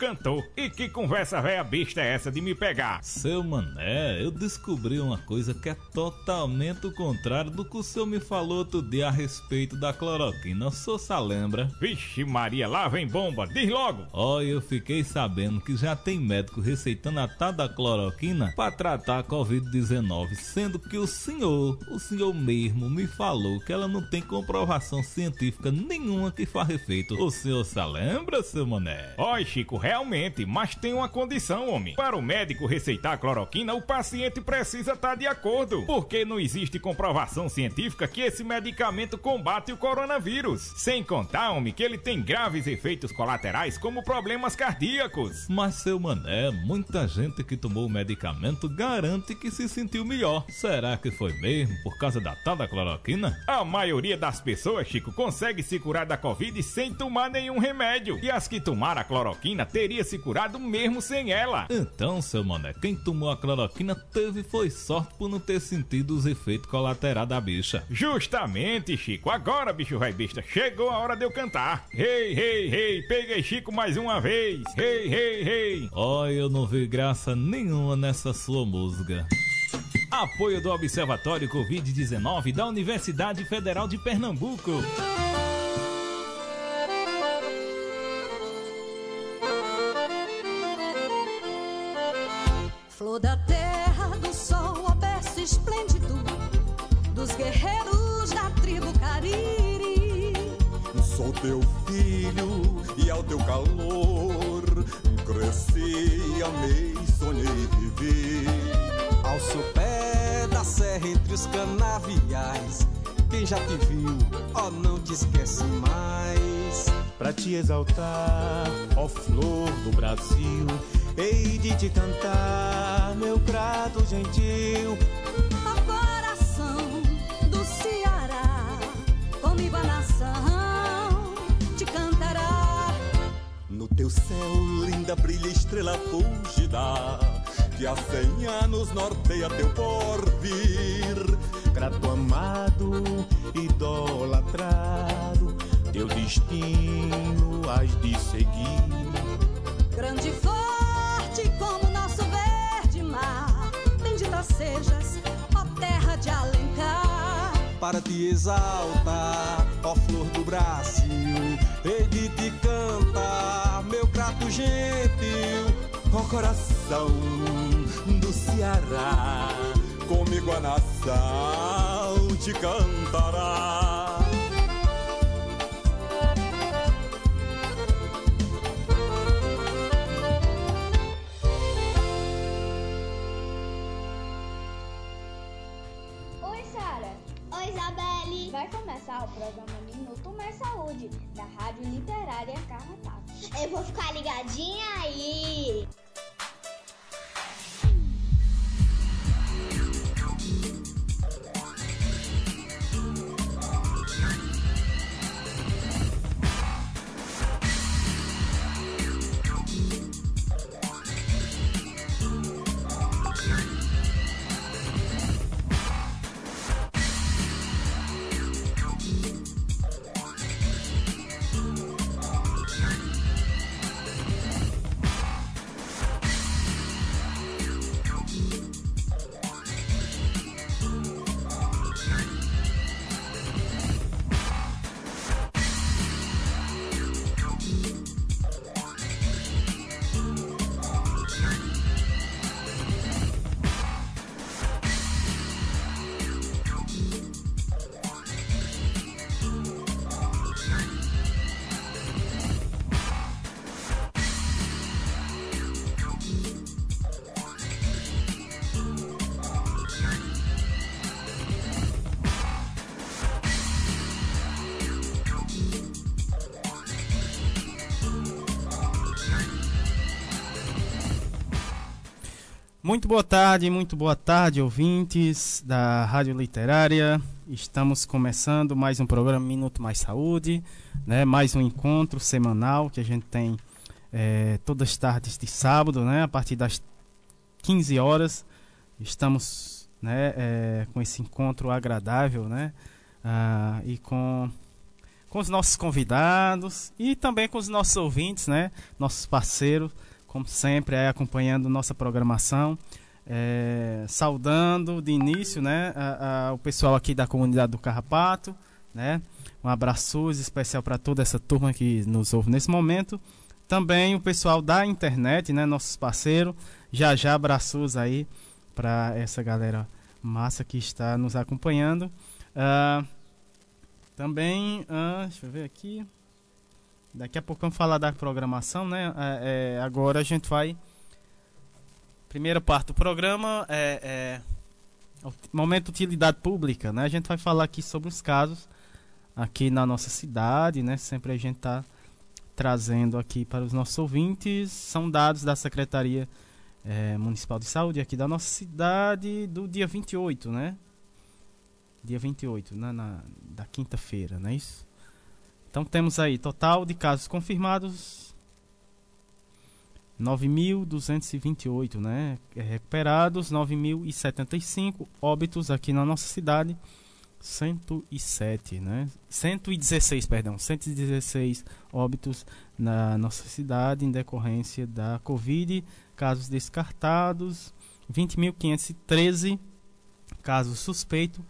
cantor. E que conversa véia besta é essa de me pegar? Seu Mané, eu descobri uma coisa que é totalmente o contrário do que o senhor me falou outro dia a respeito da cloroquina. O senhor se lembra? Vixe Maria, lá vem bomba, diz logo! Eu fiquei sabendo que já tem médico receitando a tal da cloroquina para tratar a Covid-19, sendo que o senhor mesmo me falou que ela não tem comprovação científica nenhuma que faça efeito. O senhor se lembra, seu Mané? Oi, Chico, realmente, mas tem uma condição, homem. Para o médico receitar a cloroquina, o paciente precisa estar de acordo, porque não existe comprovação científica que esse medicamento combate o coronavírus. Sem contar, homem, que ele tem graves efeitos colaterais como problemas cardíacos. Mas, seu Mané, muita gente que tomou o medicamento garante que se sentiu melhor. Será que foi mesmo por causa da tal da cloroquina? A maioria das pessoas, Chico, consegue se curar da Covid sem tomar nenhum remédio. E as que tomaram a cloroquina teria se curado mesmo sem ela. Então, seu Mané, quem tomou a cloroquina foi sorte por não ter sentido os efeitos colaterais da bicha. Justamente, Chico. Agora, bicho vai besta, chegou a hora de eu cantar. Rei, rei, rei, peguei Chico mais uma vez. Rei, rei, rei. Eu não vi graça nenhuma nessa sua música. Apoio do Observatório Covid-19 da Universidade Federal de Pernambuco. Flor da terra, do sol, ó berço esplêndido dos guerreiros da tribo Cariri. Sou teu filho e ao teu calor cresci, amei, sonhei, vivi. Ao sopé da serra entre os canaviais, quem já te viu, não te esquece mais. Pra te exaltar, ó flor do Brasil, hei de te cantar, meu prato gentil. Ó coração do Ceará, comigo a nação te cantará. No teu céu, linda, brilha estrela fúlgida, que há 100 anos norteia teu porvir. Grato amado, idolatrado, teu destino has de seguir. Grande e forte como nosso verde mar, bendita sejas, ó terra de Alencar. Para te exaltar, ó flor do Brasil, hei de te cantar, meu prato gentil. Ó coração do Ceará, comigo a nação te cantará. Oi, Sara. Oi, Isabelle. Vai começar o programa Minuto Mais Saúde, da Rádio Literária Carrapato. Eu vou ficar ligadinha aí. Muito boa tarde, ouvintes da Rádio Literária. Estamos começando mais um programa Minuto Mais Saúde, né? Mais um encontro semanal que a gente tem todas as tardes de sábado, né? A partir das 15 horas. Estamos, né, com esse encontro agradável, né? E com com os nossos convidados e também com os nossos ouvintes, né? Nossos parceiros, como sempre, acompanhando nossa programação. Saudando de início, né, o pessoal aqui da comunidade do Carrapato, né? Um abraço especial para toda essa turma que nos ouve nesse momento. Também o pessoal da internet, né, nossos parceiros. Já abraços aí para essa galera massa que está nos acompanhando. Também, deixa eu ver aqui. Daqui a pouco vamos falar da programação, né? Agora a gente vai... Primeira parte do programa momento de utilidade pública, né? A gente vai falar aqui sobre os casos aqui na nossa cidade, né? Sempre a gente está trazendo aqui para os nossos ouvintes. São dados da Secretaria Municipal de Saúde aqui da nossa cidade do dia 28, né? Dia 28, né? Da quinta-feira, não é isso? Então temos aí total de casos confirmados 9.228, né? Recuperados 9.075, óbitos aqui na nossa cidade 107, né? 116 óbitos na nossa cidade em decorrência da Covid, casos descartados 20.513, casos suspeitos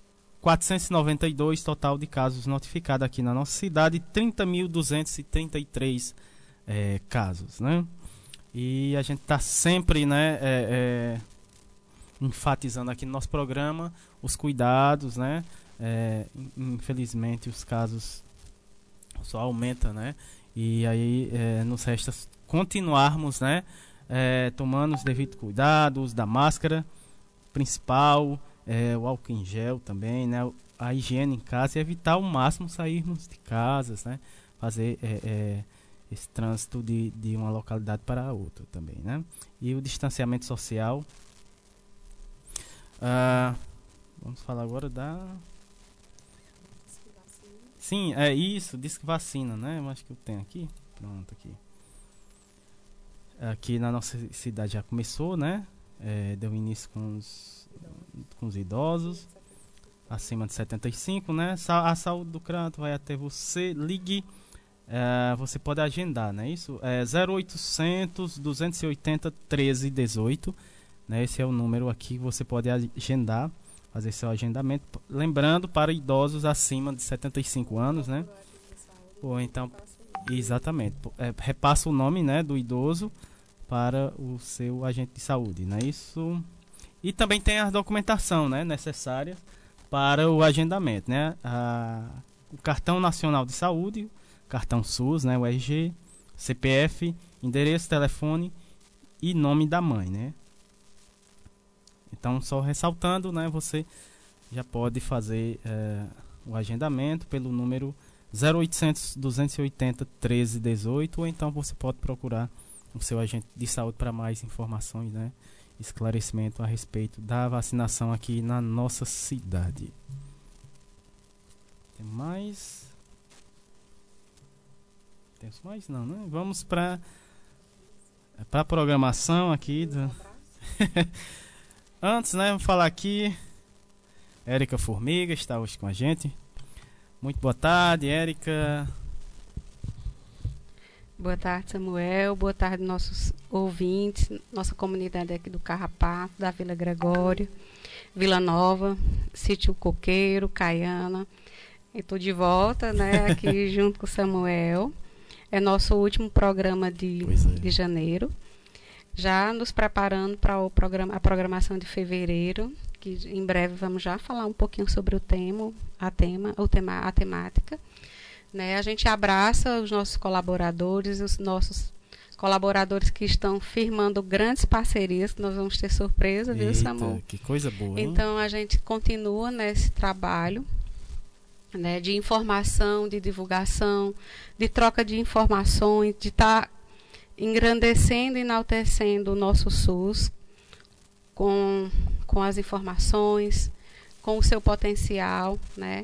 492, total de casos notificados aqui na nossa cidade 30.233 casos, né? E a gente está sempre, né, enfatizando aqui no nosso programa os cuidados, né? Infelizmente os casos só aumentam, né? E aí nos resta continuarmos, né, tomando os devidos cuidados da máscara principal, o álcool em gel também, né? A higiene em casa e evitar ao máximo sairmos de casas, né? Fazer esse trânsito de uma localidade para a outra também, né? E o distanciamento social. Vamos falar agora da... Sim, é isso, Disque Vacina, né? Eu acho que eu tenho aqui. Pronto, aqui. Aqui na nossa cidade já começou, né? Deu início com os idosos acima de 75, né? A saúde do Crato vai até você. Ligue. Você pode agendar, né? Isso é 0800 280 1318, né? Esse é o número aqui que você pode agendar, fazer seu agendamento. Lembrando, para idosos acima de 75 anos, né? Ou então, exatamente, repassa o nome, né, do idoso para o seu agente de saúde, né? Isso. E também tem a documentação, né, necessária para o agendamento, né? O Cartão Nacional de Saúde, Cartão SUS, né, o RG, CPF, endereço, telefone e nome da mãe, né? Então, só ressaltando, né, você já pode fazer o agendamento pelo número 0800 280 1318, ou então você pode procurar o seu agente de saúde para mais informações, né, esclarecimento a respeito da vacinação aqui na nossa cidade. Tem mais? Temos mais? Não, né? Vamos para a programação aqui. Antes, né, vamos falar aqui. Érica Formiga está hoje com a gente. Muito boa tarde, Érica. Boa tarde, Samuel. Boa tarde, nossos ouvintes, nossa comunidade aqui do Carrapato, da Vila Gregório, Vila Nova, Sítio Coqueiro, Caiana. Estou de volta, né, aqui junto com o Samuel. É nosso último programa de janeiro. Já nos preparando para a programação de fevereiro, que em breve vamos já falar um pouquinho sobre a temática. Né? A gente abraça os nossos colaboradores, os nossos colaboradores que estão firmando grandes parcerias, que nós vamos ter surpresa, viu, Samuel? Que coisa boa, hein? Então, a gente continua nesse trabalho, né, de informação, de divulgação, de troca de informações, de estar engrandecendo e enaltecendo o nosso SUS com as informações, com o seu potencial, né?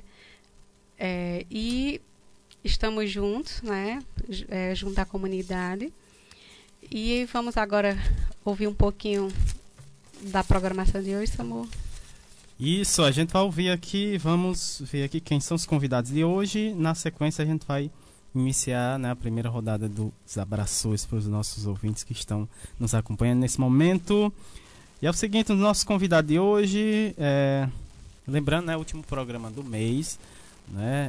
E estamos juntos, né? Junto à comunidade. E vamos agora ouvir um pouquinho da programação de hoje, Samuel. Isso, a gente vai ouvir aqui, vamos ver aqui quem são os convidados de hoje. Na sequência a gente vai iniciar, né, a primeira rodada dos abraços para os nossos ouvintes que estão nos acompanhando nesse momento. E é o seguinte, o nosso convidado de hoje, lembrando, né, o último programa do mês, né,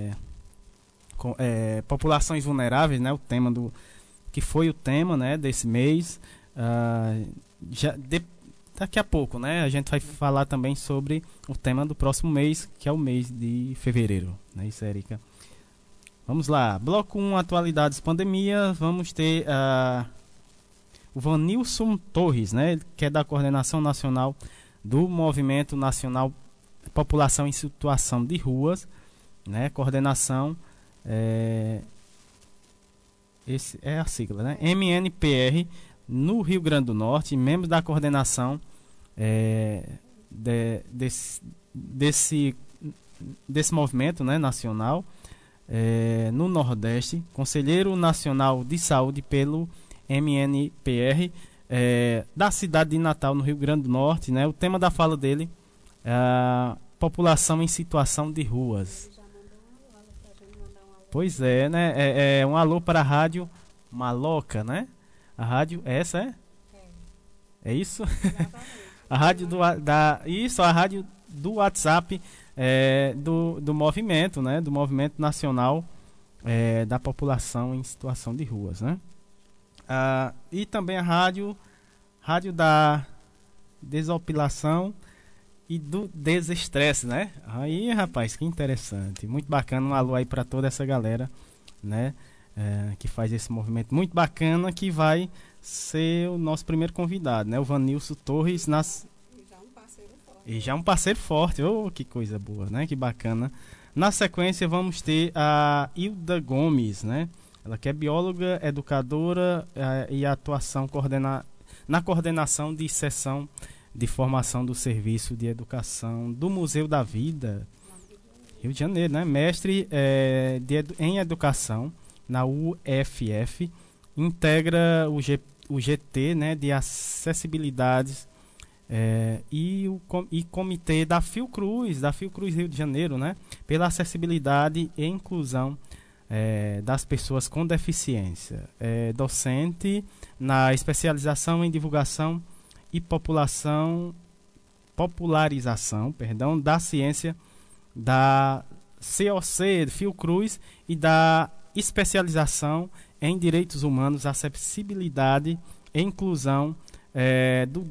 populações vulneráveis, né, o tema que foi o tema, né, desse mês. Daqui a pouco, né, a gente vai falar também sobre o tema do próximo mês, que é o mês de fevereiro, né, isso, Érica. Vamos lá, bloco 1, atualidades, pandemia. Vamos ter o Vanilson Torres, né, que é da Coordenação Nacional do Movimento Nacional População em Situação de Ruas, né, coordenação, esse é a sigla, né, MNPR, no Rio Grande do Norte, membro da coordenação desse movimento, né, nacional, no Nordeste, conselheiro nacional de saúde pelo MNPR, da cidade de Natal, no Rio Grande do Norte, né? O tema da fala dele é a população em situação de ruas. Pois é, né? Um alô para a Rádio Maloca, né? A rádio, essa é isso? A rádio a rádio do WhatsApp do movimento, né? Do movimento nacional da população em situação de ruas, né? E também a rádio da desopilação e do desestresse, né? Aí, rapaz, que interessante, muito bacana. Um alô aí para toda essa galera, né? Que faz esse movimento muito bacana, que vai ser o nosso primeiro convidado, né? O Vanilson Torres, e já um parceiro forte. Oh, que coisa boa, né? Que bacana. Na sequência vamos ter a Hilda Gomes, né? Ela que é bióloga, educadora e atuação na coordenação de seção de formação do Serviço de Educação do Museu da Vida, Rio de Janeiro, né? Mestre em Educação na UFF, integra o GT, né, de acessibilidades e comitê da Fiocruz Rio de Janeiro, né, pela acessibilidade e inclusão das pessoas com deficiência. Docente na especialização em divulgação e popularização, da ciência da COC, Fiocruz, e da especialização em direitos humanos, acessibilidade e inclusão do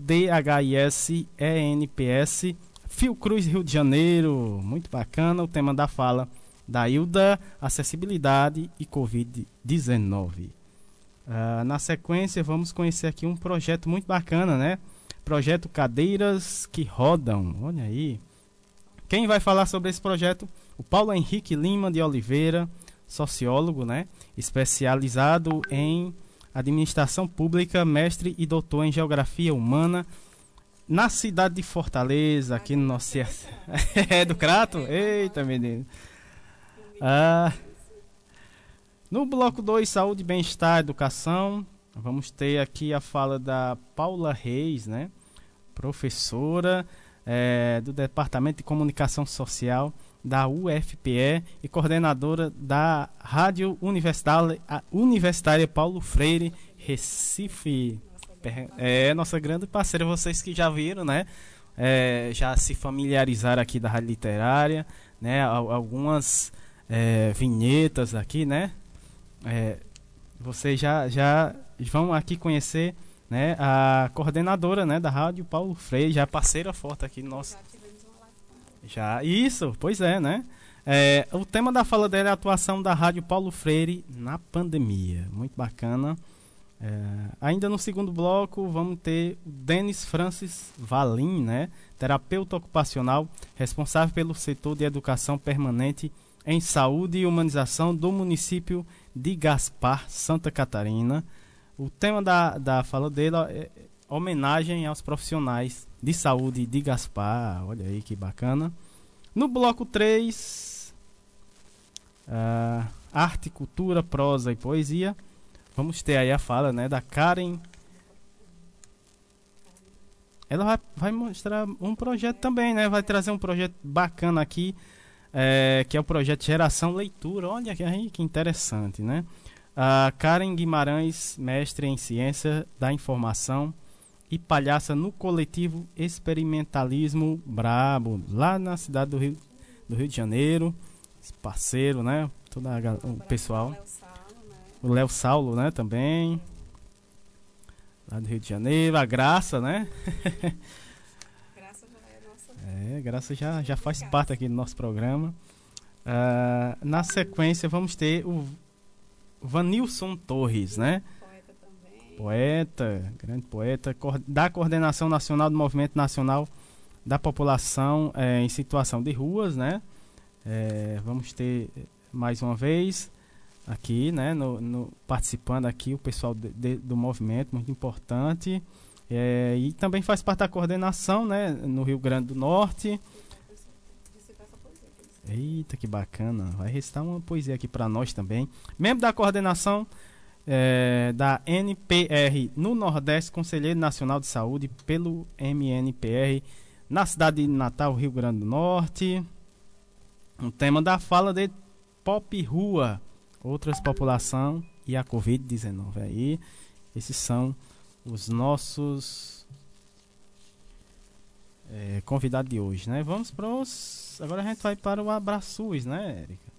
DHIS-ENPS, Fiocruz Rio de Janeiro. Muito bacana o tema da fala da Hilda, acessibilidade e Covid-19. Na sequência vamos conhecer aqui um projeto muito bacana, né? Projeto Cadeiras que Rodam. Olha aí. Quem vai falar sobre esse projeto? O Paulo Henrique Lima de Oliveira, sociólogo, né? Especializado em administração pública, mestre e doutor em geografia humana, na cidade de Fortaleza, aqui no nosso... do Crato? Eita, menino. No bloco 2, saúde, bem-estar, educação, vamos ter aqui a fala da Paula Reis, né? Professora do Departamento de Comunicação Social da UFPE e coordenadora da Rádio Universitária Paulo Freire, Recife. Nossa grande parceira, vocês que já viram, né? Já se familiarizaram aqui da Rádio Literária, né? Algumas vinhetas aqui, né? Vocês já vão aqui conhecer, né, a coordenadora, né, da Rádio Paulo Freire, já parceira forte aqui nossa. Já, isso, pois é, né? O tema da fala dela é a atuação da Rádio Paulo Freire na pandemia. Muito bacana. Ainda no segundo bloco vamos ter o Denis Francis Valim, né? Terapeuta ocupacional, responsável pelo setor de educação permanente em saúde e humanização do município de Gaspar, Santa Catarina. O tema da fala dele é homenagem aos profissionais de saúde de Gaspar. Olha aí que bacana. No bloco 3, arte, cultura, prosa e poesia, vamos ter aí a fala, né, da Karen ela vai mostrar um projeto também, né? Vai trazer um projeto bacana aqui, que é o projeto Geração Leitura. Olha que interessante, né? A Karen Guimarães, mestre em Ciência da Informação e palhaça no coletivo Experimentalismo Brabo, lá na cidade do Rio de Janeiro. Esse parceiro, né? O pessoal. O Léo Saulo, né? Também. Lá do Rio de Janeiro. A Graça, né? Graça já é nossa. Graça já faz parte aqui do nosso programa. Na sequência, vamos ter o Vanilson Torres, né? Poeta também. Poeta, grande poeta, da Coordenação Nacional do Movimento Nacional da População em Situação de Ruas, né? Vamos ter mais uma vez aqui, né? Participando aqui o pessoal do movimento, muito importante. E também faz parte da coordenação, né? No Rio Grande do Norte. Eita, que bacana. Vai recitar uma poesia aqui para nós também. Membro da coordenação da NPR no Nordeste, Conselheiro Nacional de Saúde pelo MNPR na cidade de Natal, Rio Grande do Norte. Um tema da fala de Pop Rua, outras população e a Covid-19. Aí, esses são os nossos convidados de hoje, né? Vamos para os... Agora a gente vai para o Abraços, né, Érica?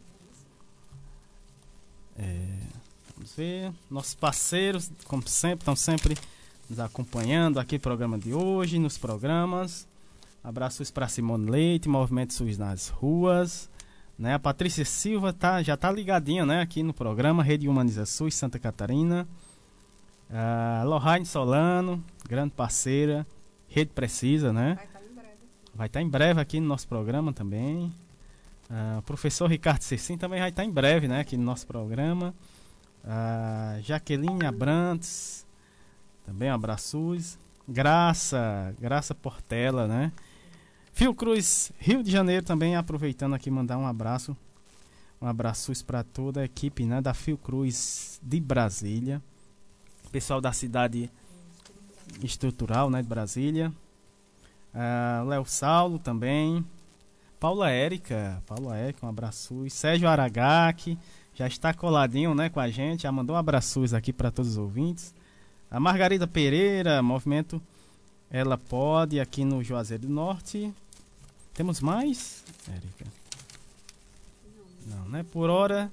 Vamos ver. Nossos parceiros, como sempre, estão sempre nos acompanhando aqui no programa de hoje, nos programas. Abraços para Simone Leite, Movimento SUS nas Ruas, né? A Patrícia Silva já tá ligadinha, né, aqui no programa Rede Humaniza SUS Santa Catarina. A Lohane Solano, grande parceira, Rede Precisa, né? Vai estar em breve aqui no nosso programa também. O professor Ricardo Cecim também vai estar em breve, né, aqui no nosso programa. Jaqueline Abrantes, também abraços. Graça Portela, né? Fiocruz, Rio de Janeiro, também aproveitando aqui mandar um abraço. Um abraços para toda a equipe, né, da Fiocruz de Brasília. Pessoal da cidade estrutural, né, de Brasília. Léo Saulo também. Paula Érica, um abraço. Sérgio Aragaki já está coladinho, né, com a gente. Já mandou um abraço aqui para todos os ouvintes. A Margarida Pereira, Movimento Ela Pode, aqui no Juazeiro do Norte. Temos mais, Érica? Não, né? Por hora.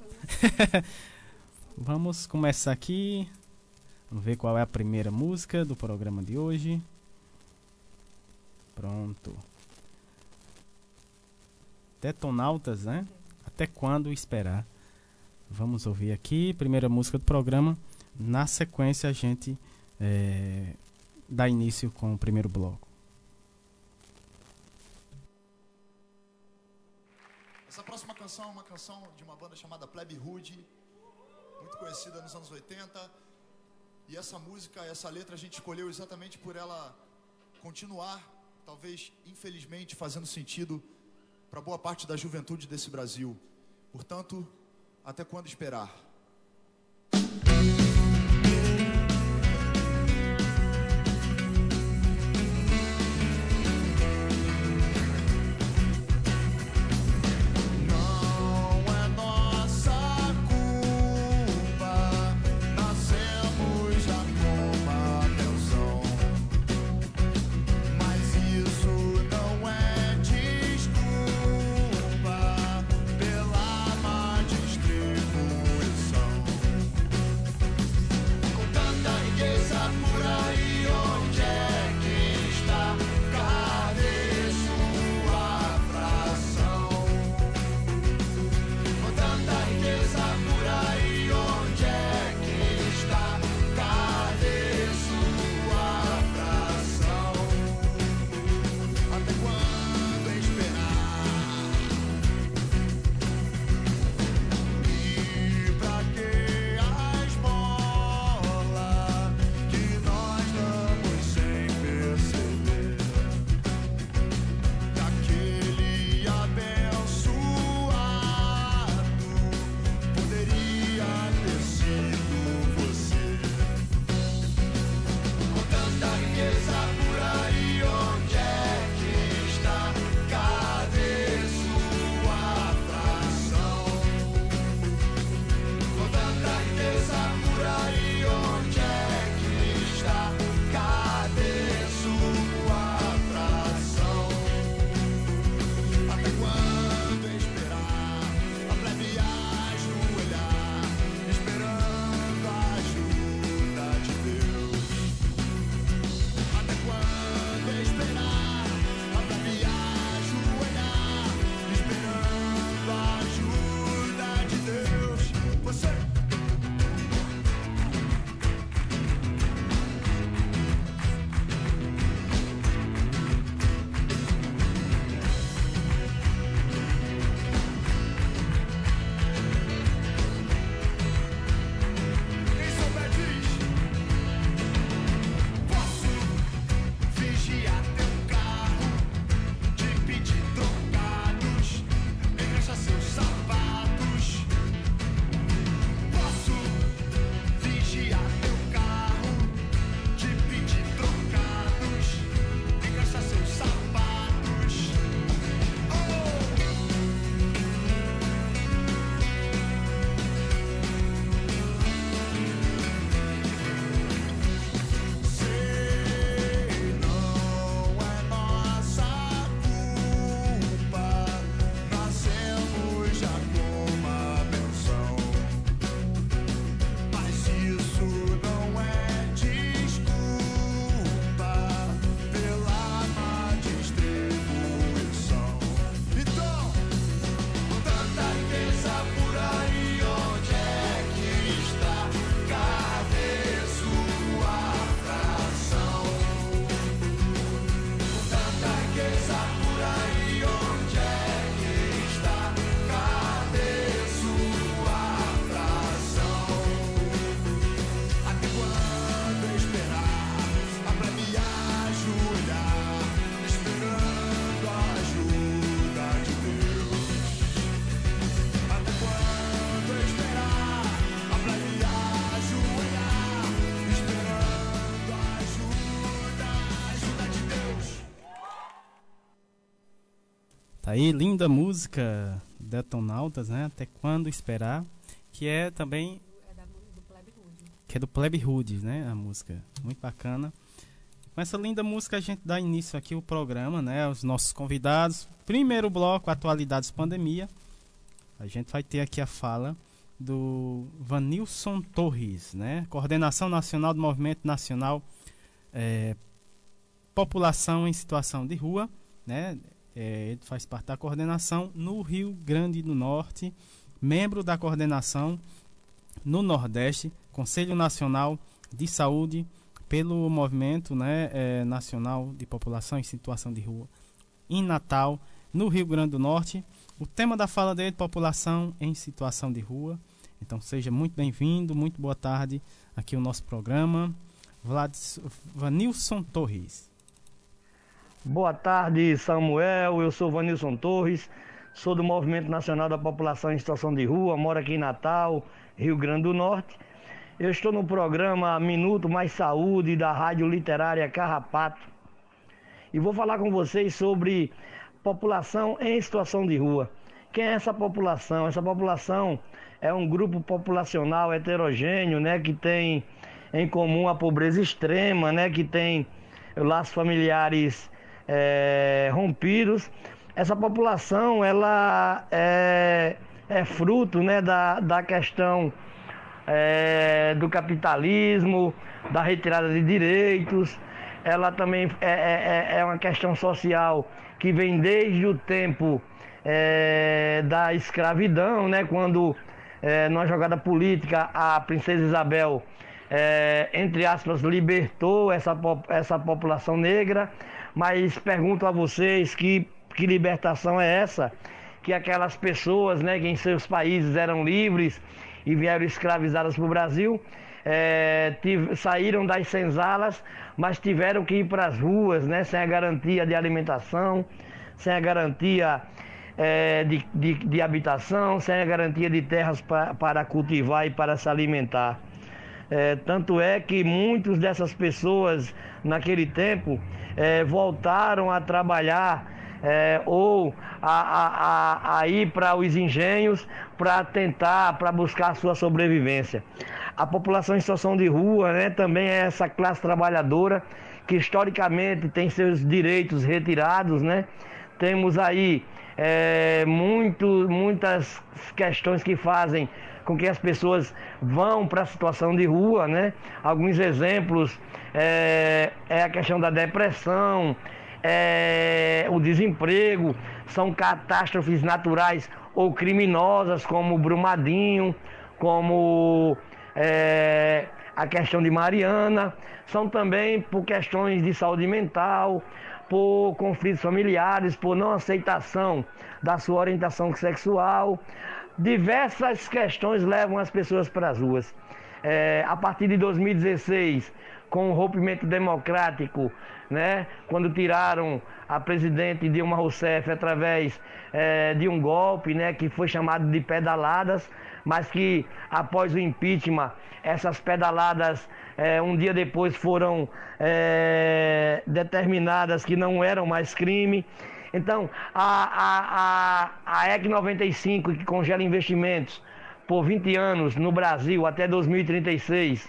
Vamos começar aqui. Vamos ver qual é a primeira música do programa de hoje. Pronto. Detonautas, né? Até quando esperar? Vamos ouvir aqui, primeira música do programa. Na sequência a gente dá início com o primeiro bloco. Essa próxima canção é uma canção de uma banda chamada Plebe Rude, muito conhecida nos anos 80. E essa música, essa letra a gente escolheu exatamente por ela continuar, talvez infelizmente, fazendo sentido para boa parte da juventude desse Brasil. Portanto, até quando esperar? Pela má distribuição. Tá aí, linda música, Detonautas, né? Até Quando Esperar, que é também... que é do Plebe Rude, né? A música, muito bacana. Com essa linda música a gente dá início aqui ao programa, né? Os nossos convidados. Primeiro bloco, Atualidades Pandemia. A gente vai ter aqui a fala do Vanilson Torres, né? Coordenação Nacional do Movimento Nacional População em Situação de Rua, né? Ele faz parte da coordenação no Rio Grande do Norte, membro da coordenação no Nordeste, Conselho Nacional de Saúde, pelo Movimento, né, Nacional de População em Situação de Rua, em Natal, no Rio Grande do Norte. O tema da fala dele, População em Situação de Rua. Então seja muito bem-vindo, muito boa tarde aqui no nosso programa. Vanilson Torres. Boa tarde, Samuel. Eu sou Vanilson Torres, sou do Movimento Nacional da População em Situação de Rua, moro aqui em Natal, Rio Grande do Norte. Eu estou no programa Minuto Mais Saúde da Rádio Literária Carrapato e vou falar com vocês sobre população em situação de rua. Quem é essa população? Essa população é um grupo populacional heterogêneo, né, que tem em comum a pobreza extrema, né, que tem laços familiares rompidos. Essa população ela é fruto, né, da questão do capitalismo, da retirada de direitos. Ela também é uma questão social que vem desde o tempo da escravidão, né? Quando, numa jogada política, a princesa Isabel, entre aspas, libertou essa população negra. Mas pergunto a vocês que libertação é essa? Que aquelas pessoas, né, que em seus países eram livres e vieram escravizadas para o Brasil, saíram das senzalas, mas tiveram que ir para as ruas, né, sem a garantia de alimentação, sem a garantia de habitação, sem a garantia de terras para cultivar e para se alimentar. Tanto é que muitas dessas pessoas, naquele tempo, voltaram a trabalhar ou a ir para os engenhos para buscar a sua sobrevivência. A população em situação de rua, né, também é essa classe trabalhadora que historicamente tem seus direitos retirados, né? Temos aí muitas questões que fazem com que as pessoas vão para a situação de rua, né? Alguns exemplos é a questão da depressão, o desemprego, são catástrofes naturais ou criminosas, como Brumadinho, como a questão de Mariana. São também por questões de saúde mental, por conflitos familiares, por não aceitação da sua orientação sexual. Diversas questões levam as pessoas para as ruas. A partir de 2016, com o rompimento democrático, né, quando tiraram a presidente Dilma Rousseff através de um golpe, né, que foi chamado de pedaladas, mas que após o impeachment, essas pedaladas um dia depois foram determinadas que não eram mais crime. Então, a EC 95, que congela investimentos por 20 anos no Brasil até 2036,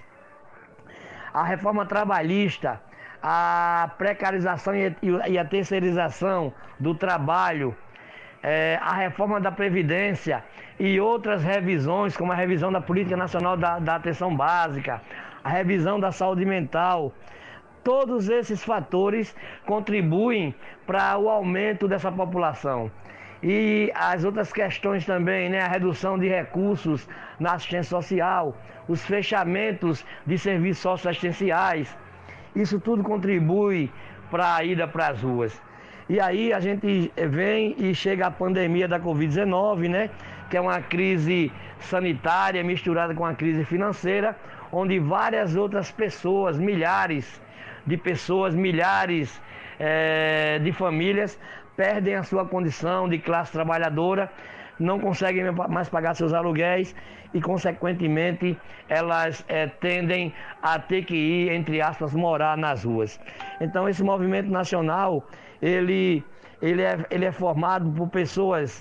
a reforma trabalhista, a precarização e a terceirização do trabalho, a reforma da Previdência e outras revisões, como a revisão da Política Nacional da Atenção Básica, a revisão da saúde mental. Todos esses fatores contribuem para o aumento dessa população. E as outras questões também, né? A redução de recursos na assistência social, os fechamentos de serviços socioassistenciais, isso tudo contribui para a ida para as ruas. E aí a gente vem e chega a pandemia da Covid-19, né? Que é uma crise sanitária misturada com a crise financeira, onde várias outras pessoas, milhares de pessoas, milhares de famílias perdem a sua condição de classe trabalhadora não conseguem mais pagar seus aluguéis e, consequentemente, elas tendem a ter que ir, entre aspas, morar nas ruas. Então, esse movimento nacional, ele é formado por pessoas,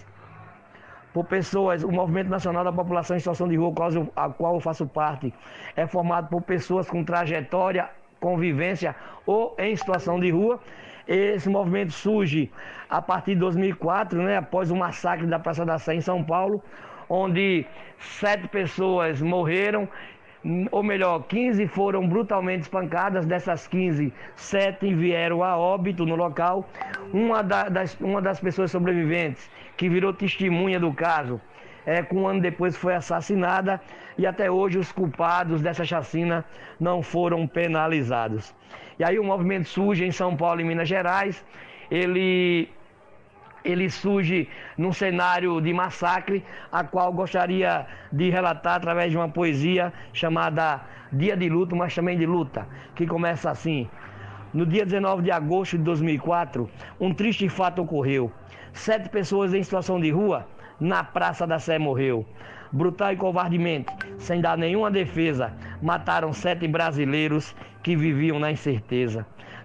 o Movimento Nacional da População em Situação de Rua, a qual eu faço parte, é formado por pessoas com trajetória, convivência ou em situação de rua. Esse movimento surge a partir de 2004, né, após o massacre da Praça da Sé em São Paulo, onde 7 pessoas morreram, ou melhor, 15 foram brutalmente espancadas. Dessas 15, 7 vieram a óbito no local. Uma das pessoas sobreviventes, que virou testemunha do caso, com um ano depois foi assassinada, e até hoje os culpados dessa chacina não foram penalizados. E aí o movimento surge em São Paulo e Minas Gerais. Ele surge num cenário de massacre, a qual gostaria de relatar através de uma poesia chamada Dia de Luto, mas também de Luta, que começa assim: no dia 19 de agosto de 2004, um triste fato ocorreu. 7 pessoas em situação de rua na Praça da Sé morreu. Brutal e covardemente, sem dar nenhuma defesa, mataram 7 brasileiros que viviam na incerteza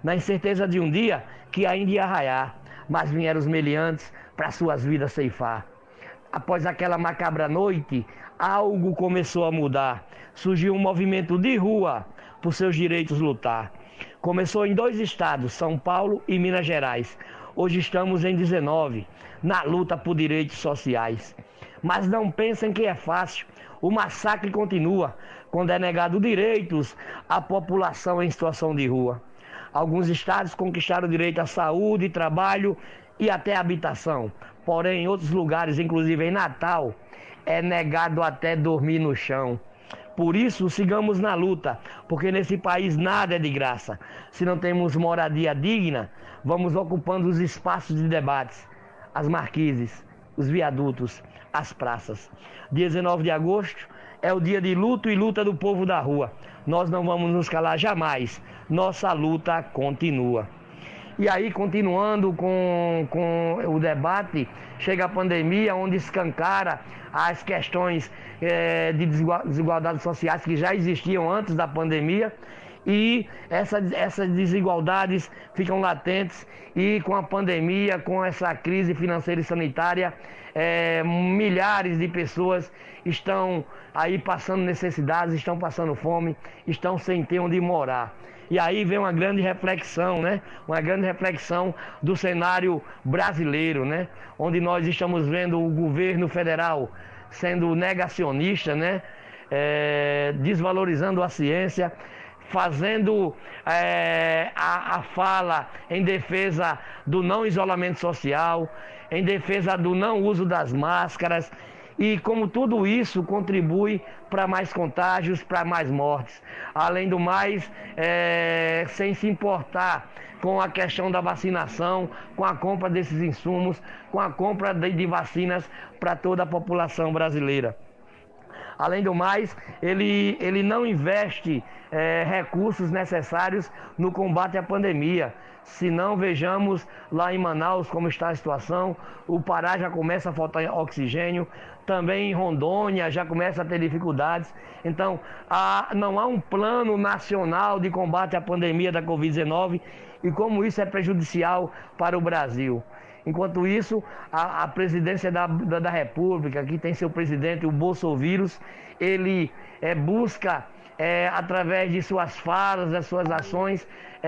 de um dia que ainda ia raiar, mas vieram os meliantes para suas vidas ceifar. Após aquela macabra noite, algo começou a mudar. Surgiu um movimento de rua por seus direitos lutar. Começou em 2 estados, São Paulo e Minas Gerais. Hoje estamos em 19, na luta por direitos sociais. Mas não pensem que é fácil, o massacre continua, quando é negado direitos à população em situação de rua. Alguns estados conquistaram o direito à saúde, trabalho e até habitação. Porém, em outros lugares, inclusive em Natal, é negado até dormir no chão. Por isso, sigamos na luta, porque nesse país nada é de graça. Se não temos moradia digna, vamos ocupando os espaços de debates, as marquises, os viadutos, as praças. Dia 19 de agosto é o dia de luto e luta do povo da rua. Nós não vamos nos calar jamais. Nossa luta continua. E aí, continuando com o debate, chega a pandemia, onde escancara as questões de desigualdades sociais que já existiam antes da pandemia, e essas desigualdades ficam latentes, e com a pandemia, com essa crise financeira e sanitária, milhares de pessoas estão aí passando necessidades, estão passando fome, estão sem ter onde morar. E aí vem uma grande reflexão, né? Uma grande reflexão do cenário brasileiro, né? Onde nós estamos vendo o governo federal sendo negacionista, né? Desvalorizando a ciência, fazendo a fala em defesa do não isolamento social, em defesa do não uso das máscaras, e como tudo isso contribui para mais contágios, para mais mortes. Além do mais, sem se importar com a questão da vacinação, com a compra desses insumos, com a compra de vacinas para toda a população brasileira. Além do mais, ele não investe recursos necessários no combate à pandemia. Se não, vejamos lá em Manaus como está a situação. O Pará já começa a faltar oxigênio, também em Rondônia já começa a ter dificuldades. Então, não há um plano nacional de combate à pandemia da Covid-19, e como isso é prejudicial para o Brasil. Enquanto isso, a presidência da República, que tem seu presidente, o Bolsonaro, ele busca, através de suas falas, das suas ações,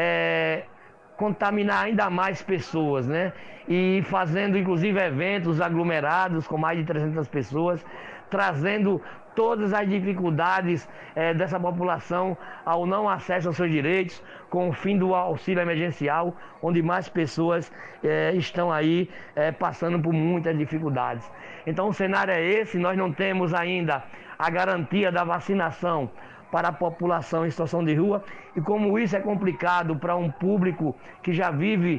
contaminar ainda mais pessoas, né? E fazendo inclusive eventos aglomerados com mais de 300 pessoas, trazendo todas as dificuldades dessa população ao não acesso aos seus direitos, com o fim do auxílio emergencial, onde mais pessoas estão aí passando por muitas dificuldades. Então o cenário é esse. Nós não temos ainda a garantia da vacinação para a população em situação de rua, e como isso é complicado para um público que já vive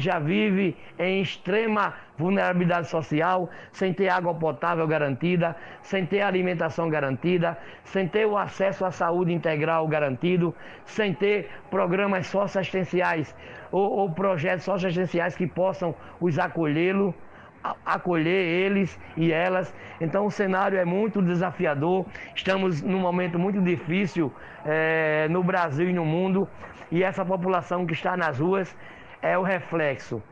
em extrema vulnerabilidade social, sem ter água potável garantida, sem ter alimentação garantida, sem ter o acesso à saúde integral garantido, sem ter programas socioassistenciais ou projetos socioassistenciais que possam os acolhê-lo, acolher eles e elas. Então o cenário é muito desafiador, estamos num momento muito difícil no Brasil e no mundo, e essa população que está nas ruas é o reflexo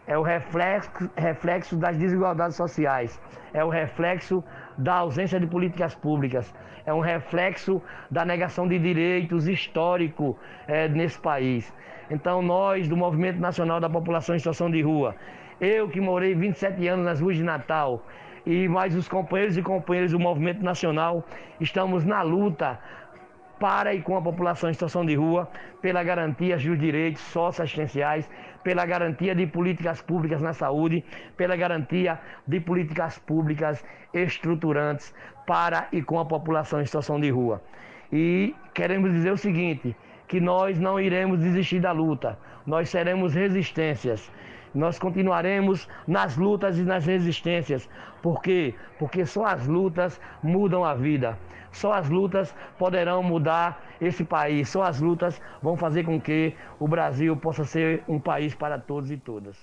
das desigualdades sociais, é o reflexo da ausência de políticas públicas, é um reflexo da negação de direitos histórico nesse país. Então nós, do Movimento Nacional da População em Situação de Rua, eu que morei 27 anos nas ruas de Natal, e mais os companheiros e companheiras do Movimento Nacional, estamos na luta para e com a população em situação de rua, pela garantia dos direitos socioassistenciais, pela garantia de políticas públicas na saúde, pela garantia de políticas públicas estruturantes para e com a população em situação de rua. E queremos dizer o seguinte, que nós não iremos desistir da luta, nós seremos resistências. Nós continuaremos nas lutas e nas resistências. Por quê? Porque só as lutas mudam a vida. Só as lutas poderão mudar esse país. Só as lutas vão fazer com que o Brasil possa ser um país para todos e todas.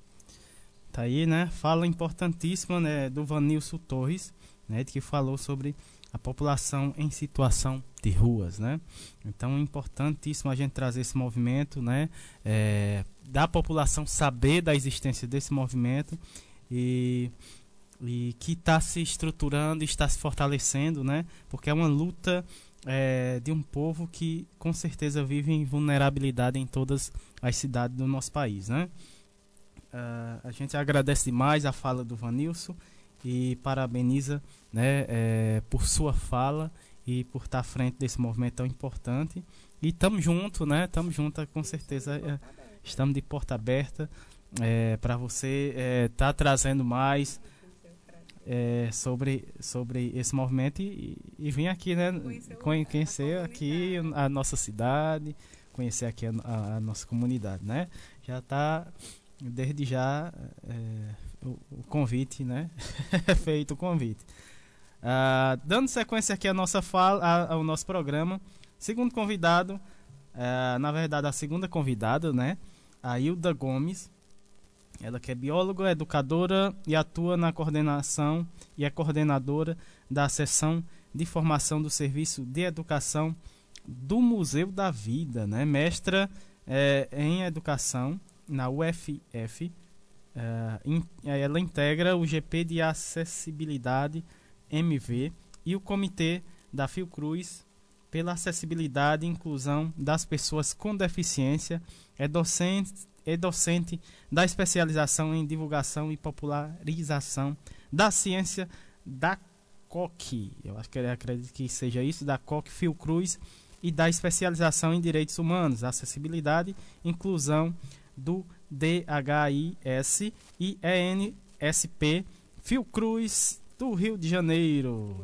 Tá aí, né? Fala importantíssima, né, do Vanilson Torres, né, que falou sobre a população em situação de ruas, né? Então é importantíssimo a gente trazer esse movimento, né? Da população saber da existência desse movimento e que está se estruturando, está se fortalecendo, né? Porque é uma luta de um povo que com certeza vive em vulnerabilidade em todas as cidades do nosso país, né? A gente agradece demais a fala do Vanilson e parabeniza, né, por sua fala e por estar à frente desse movimento tão importante. E estamos juntos, né? Estamos juntos, com certeza. Estamos de porta aberta para você estar trazendo mais sobre esse movimento e vir aqui, né? Conhecer aqui a nossa cidade, conhecer aqui a nossa comunidade, né? Já está, desde já, o convite, né? Feito o convite. Dando sequência aqui à nossa fala, ao nosso programa, segundo convidado, na verdade a segunda convidada, né? A Hilda Gomes, ela que é bióloga, educadora e atua na coordenação e é coordenadora da seção de formação do Serviço de Educação do Museu da Vida, né? Mestra em Educação na UFF. Ela integra o GP de Acessibilidade MV e o Comitê da Fiocruz pela Acessibilidade e Inclusão das Pessoas com Deficiência. É docente da especialização em divulgação e popularização da ciência da COC. Eu acredito que seja isso, da COC Fiocruz, e da especialização em Direitos Humanos, Acessibilidade e Inclusão do DHIS e ENSP Fiocruz do Rio de Janeiro.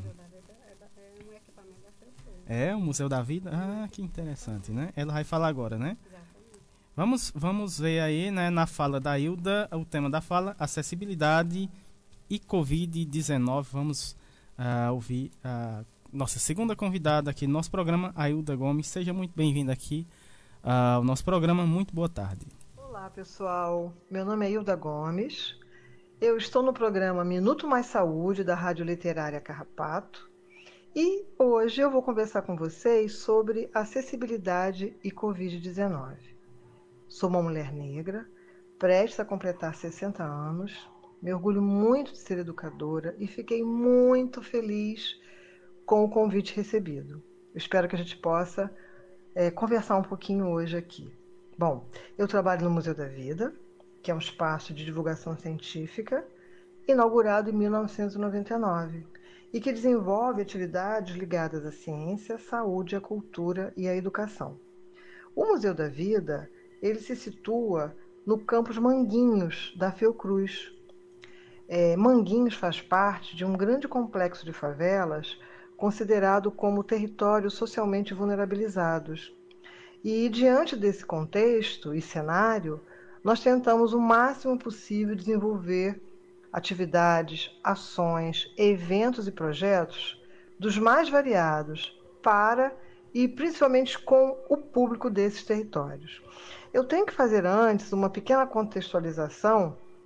É o Museu da Vida? Que interessante, né? Ela vai falar agora, né? Vamos ver aí, né, na fala da Hilda, o tema da fala, acessibilidade e Covid-19. Vamos ouvir a nossa segunda convidada aqui no nosso programa, a Hilda Gomes. Seja muito bem-vinda aqui ao nosso programa. Muito boa tarde. Olá, pessoal. Meu nome é Hilda Gomes. Eu estou no programa Minuto Mais Saúde, da Rádio Literária Carrapato. E hoje eu vou conversar com vocês sobre acessibilidade e Covid-19. Sou uma mulher negra, prestes a completar 60 anos, me orgulho muito de ser educadora e fiquei muito feliz com o convite recebido. Eu espero que a gente possa conversar um pouquinho hoje aqui. Bom, eu trabalho no Museu da Vida, que é um espaço de divulgação científica, inaugurado em 1999, e que desenvolve atividades ligadas à ciência, à saúde, à cultura e à educação. O Museu da Vida, ele se situa no campus Manguinhos, da Fiocruz. Manguinhos faz parte de um grande complexo de favelas considerado como territórios socialmente vulnerabilizados. E, diante desse contexto e cenário, nós tentamos o máximo possível desenvolver atividades, ações, eventos e projetos dos mais variados para e principalmente com o público desses territórios. Eu tenho que fazer antes uma pequena contextualização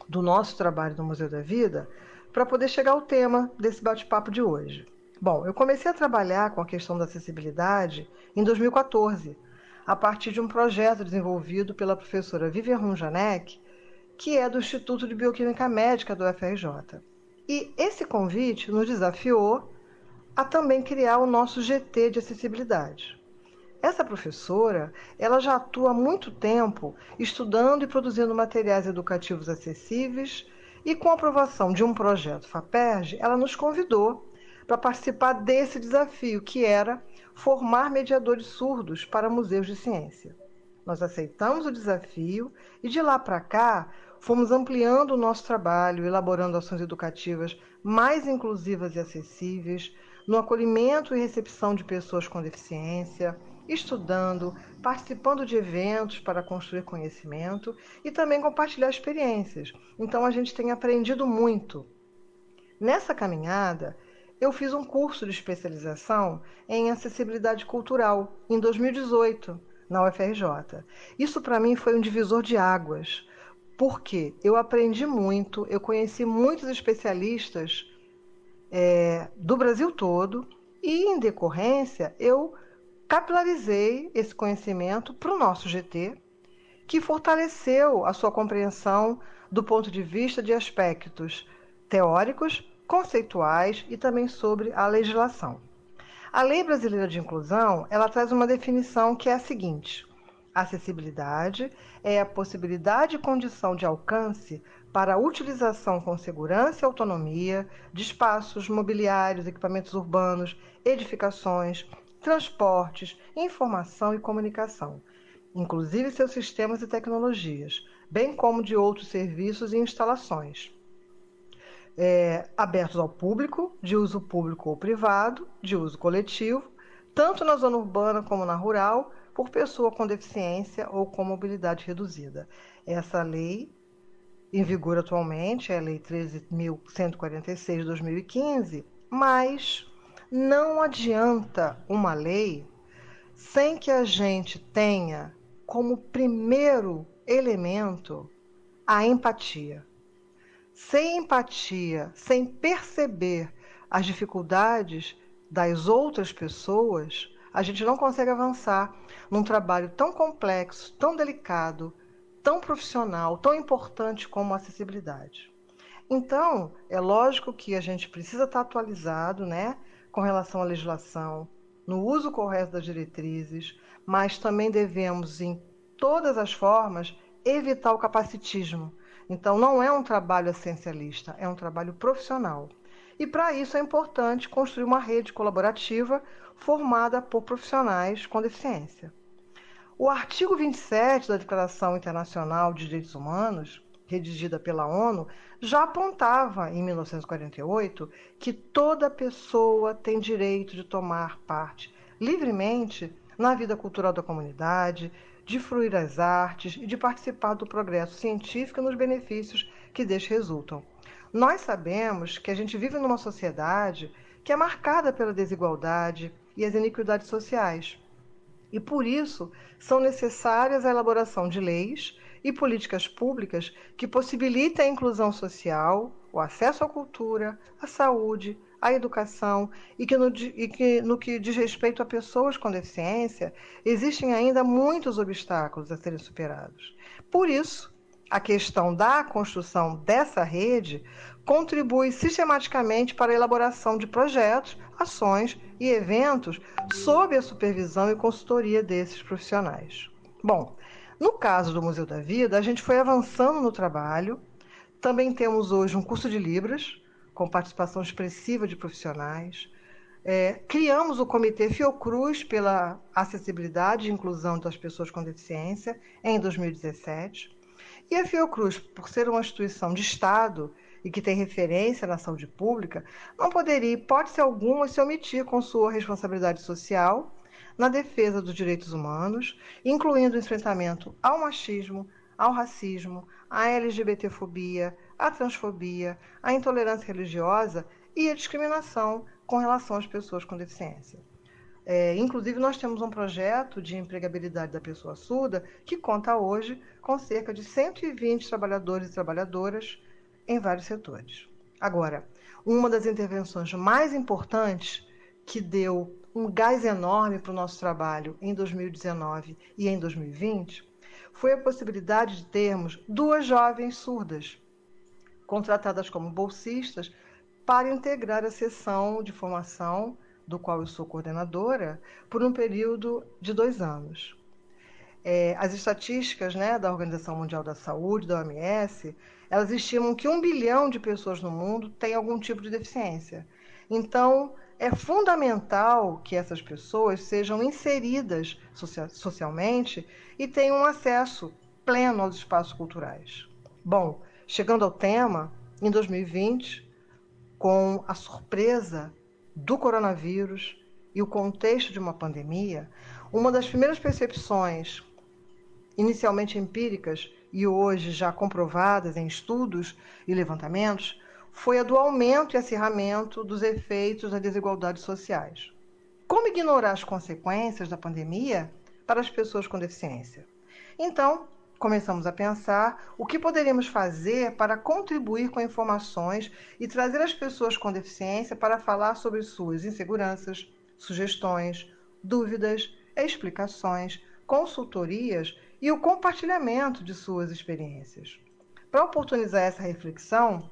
do nosso trabalho no Museu da Vida para poder chegar ao tema desse bate-papo de hoje. Bom, eu comecei a trabalhar com a questão da acessibilidade em 2014, a partir de um projeto desenvolvido pela professora Vivian Runjanek, que é do Instituto de Bioquímica Médica do UFRJ. E esse convite nos desafiou a também criar o nosso GT de acessibilidade. Essa professora, ela já atua há muito tempo estudando e produzindo materiais educativos acessíveis e com a aprovação de um projeto FAPERJ, ela nos convidou para participar desse desafio, que era formar mediadores surdos para museus de ciência. Nós aceitamos o desafio e de lá para cá fomos ampliando o nosso trabalho, elaborando ações educativas mais inclusivas e acessíveis, no acolhimento e recepção de pessoas com deficiência, estudando, participando de eventos para construir conhecimento e também compartilhar experiências. Então a gente tem aprendido muito. Nessa caminhada, eu fiz um curso de especialização em acessibilidade cultural em 2018, na UFRJ. Isso para mim foi um divisor de águas, porque eu aprendi muito, eu conheci muitos especialistas do Brasil todo e, em decorrência, eu capilarizei esse conhecimento para o nosso GT, que fortaleceu a sua compreensão do ponto de vista de aspectos teóricos, conceituais e também sobre a legislação. A Lei Brasileira de Inclusão, ela traz uma definição que é a seguinte: acessibilidade é a possibilidade e condição de alcance para a utilização com segurança e autonomia de espaços, mobiliários, equipamentos urbanos, edificações, transportes, informação e comunicação, inclusive seus sistemas e tecnologias, bem como de outros serviços e instalações, abertos ao público, de uso público ou privado, de uso coletivo, tanto na zona urbana como na rural, por pessoa com deficiência ou com mobilidade reduzida. Essa lei, em vigor atualmente, é a Lei 13.146 de 2015, mas não adianta uma lei sem que a gente tenha como primeiro elemento a empatia. Sem empatia, sem perceber as dificuldades das outras pessoas, a gente não consegue avançar num trabalho tão complexo, tão delicado, tão profissional, tão importante como a acessibilidade. Então, é lógico que a gente precisa estar atualizado, né, com relação à legislação, no uso correto das diretrizes, mas também devemos, em todas as formas, evitar o capacitismo. Então, não é um trabalho essencialista, é um trabalho profissional. E, para isso, é importante construir uma rede colaborativa formada por profissionais com deficiência. O artigo 27 da Declaração Internacional de Direitos Humanos, redigida pela ONU, já apontava, em 1948, que toda pessoa tem direito de tomar parte livremente na vida cultural da comunidade, de fruir as artes e de participar do progresso científico e nos benefícios que destes resultam. Nós sabemos que a gente vive numa sociedade que é marcada pela desigualdade e as iniquidades sociais. E, por isso, são necessárias a elaboração de leis e políticas públicas que possibilitem a inclusão social, o acesso à cultura, à saúde, à educação e que no que diz respeito a pessoas com deficiência, existem ainda muitos obstáculos a serem superados. Por isso, a questão da construção dessa rede contribui sistematicamente para a elaboração de projetos, ações e eventos sob a supervisão e consultoria desses profissionais. Bom, no caso do Museu da Vida, a gente foi avançando no trabalho. Também temos hoje um curso de Libras, com participação expressiva de profissionais. Criamos o Comitê Fiocruz pela acessibilidade e inclusão das pessoas com deficiência em 2017. E a Fiocruz, por ser uma instituição de Estado e que tem referência na saúde pública, não poderia, hipótese alguma, se omitir com sua responsabilidade social na defesa dos direitos humanos, incluindo o enfrentamento ao machismo, ao racismo, à LGBTfobia, à transfobia, à intolerância religiosa e à discriminação com relação às pessoas com deficiência. Inclusive, nós temos um projeto de empregabilidade da pessoa surda que conta hoje com cerca de 120 trabalhadores e trabalhadoras em vários setores. Agora, uma das intervenções mais importantes que deu um gás enorme para o nosso trabalho em 2019 e em 2020 foi a possibilidade de termos 2 jovens surdas contratadas como bolsistas para integrar a sessão de formação, do qual eu sou coordenadora, por um período de 2 anos. As estatísticas, né, da Organização Mundial da Saúde, da OMS, elas estimam que 1 bilhão de pessoas no mundo têm algum tipo de deficiência. Então, é fundamental que essas pessoas sejam inseridas socialmente e tenham acesso pleno aos espaços culturais. Bom, chegando ao tema, em 2020, com a surpresa do coronavírus e o contexto de uma pandemia, uma das primeiras percepções, inicialmente empíricas e hoje já comprovadas em estudos e levantamentos, foi a do aumento e acirramento dos efeitos das desigualdades sociais. Como ignorar as consequências da pandemia para as pessoas com deficiência? Então, começamos a pensar o que poderíamos fazer para contribuir com informações e trazer as pessoas com deficiência para falar sobre suas inseguranças, sugestões, dúvidas, explicações, consultorias e o compartilhamento de suas experiências. Para oportunizar essa reflexão,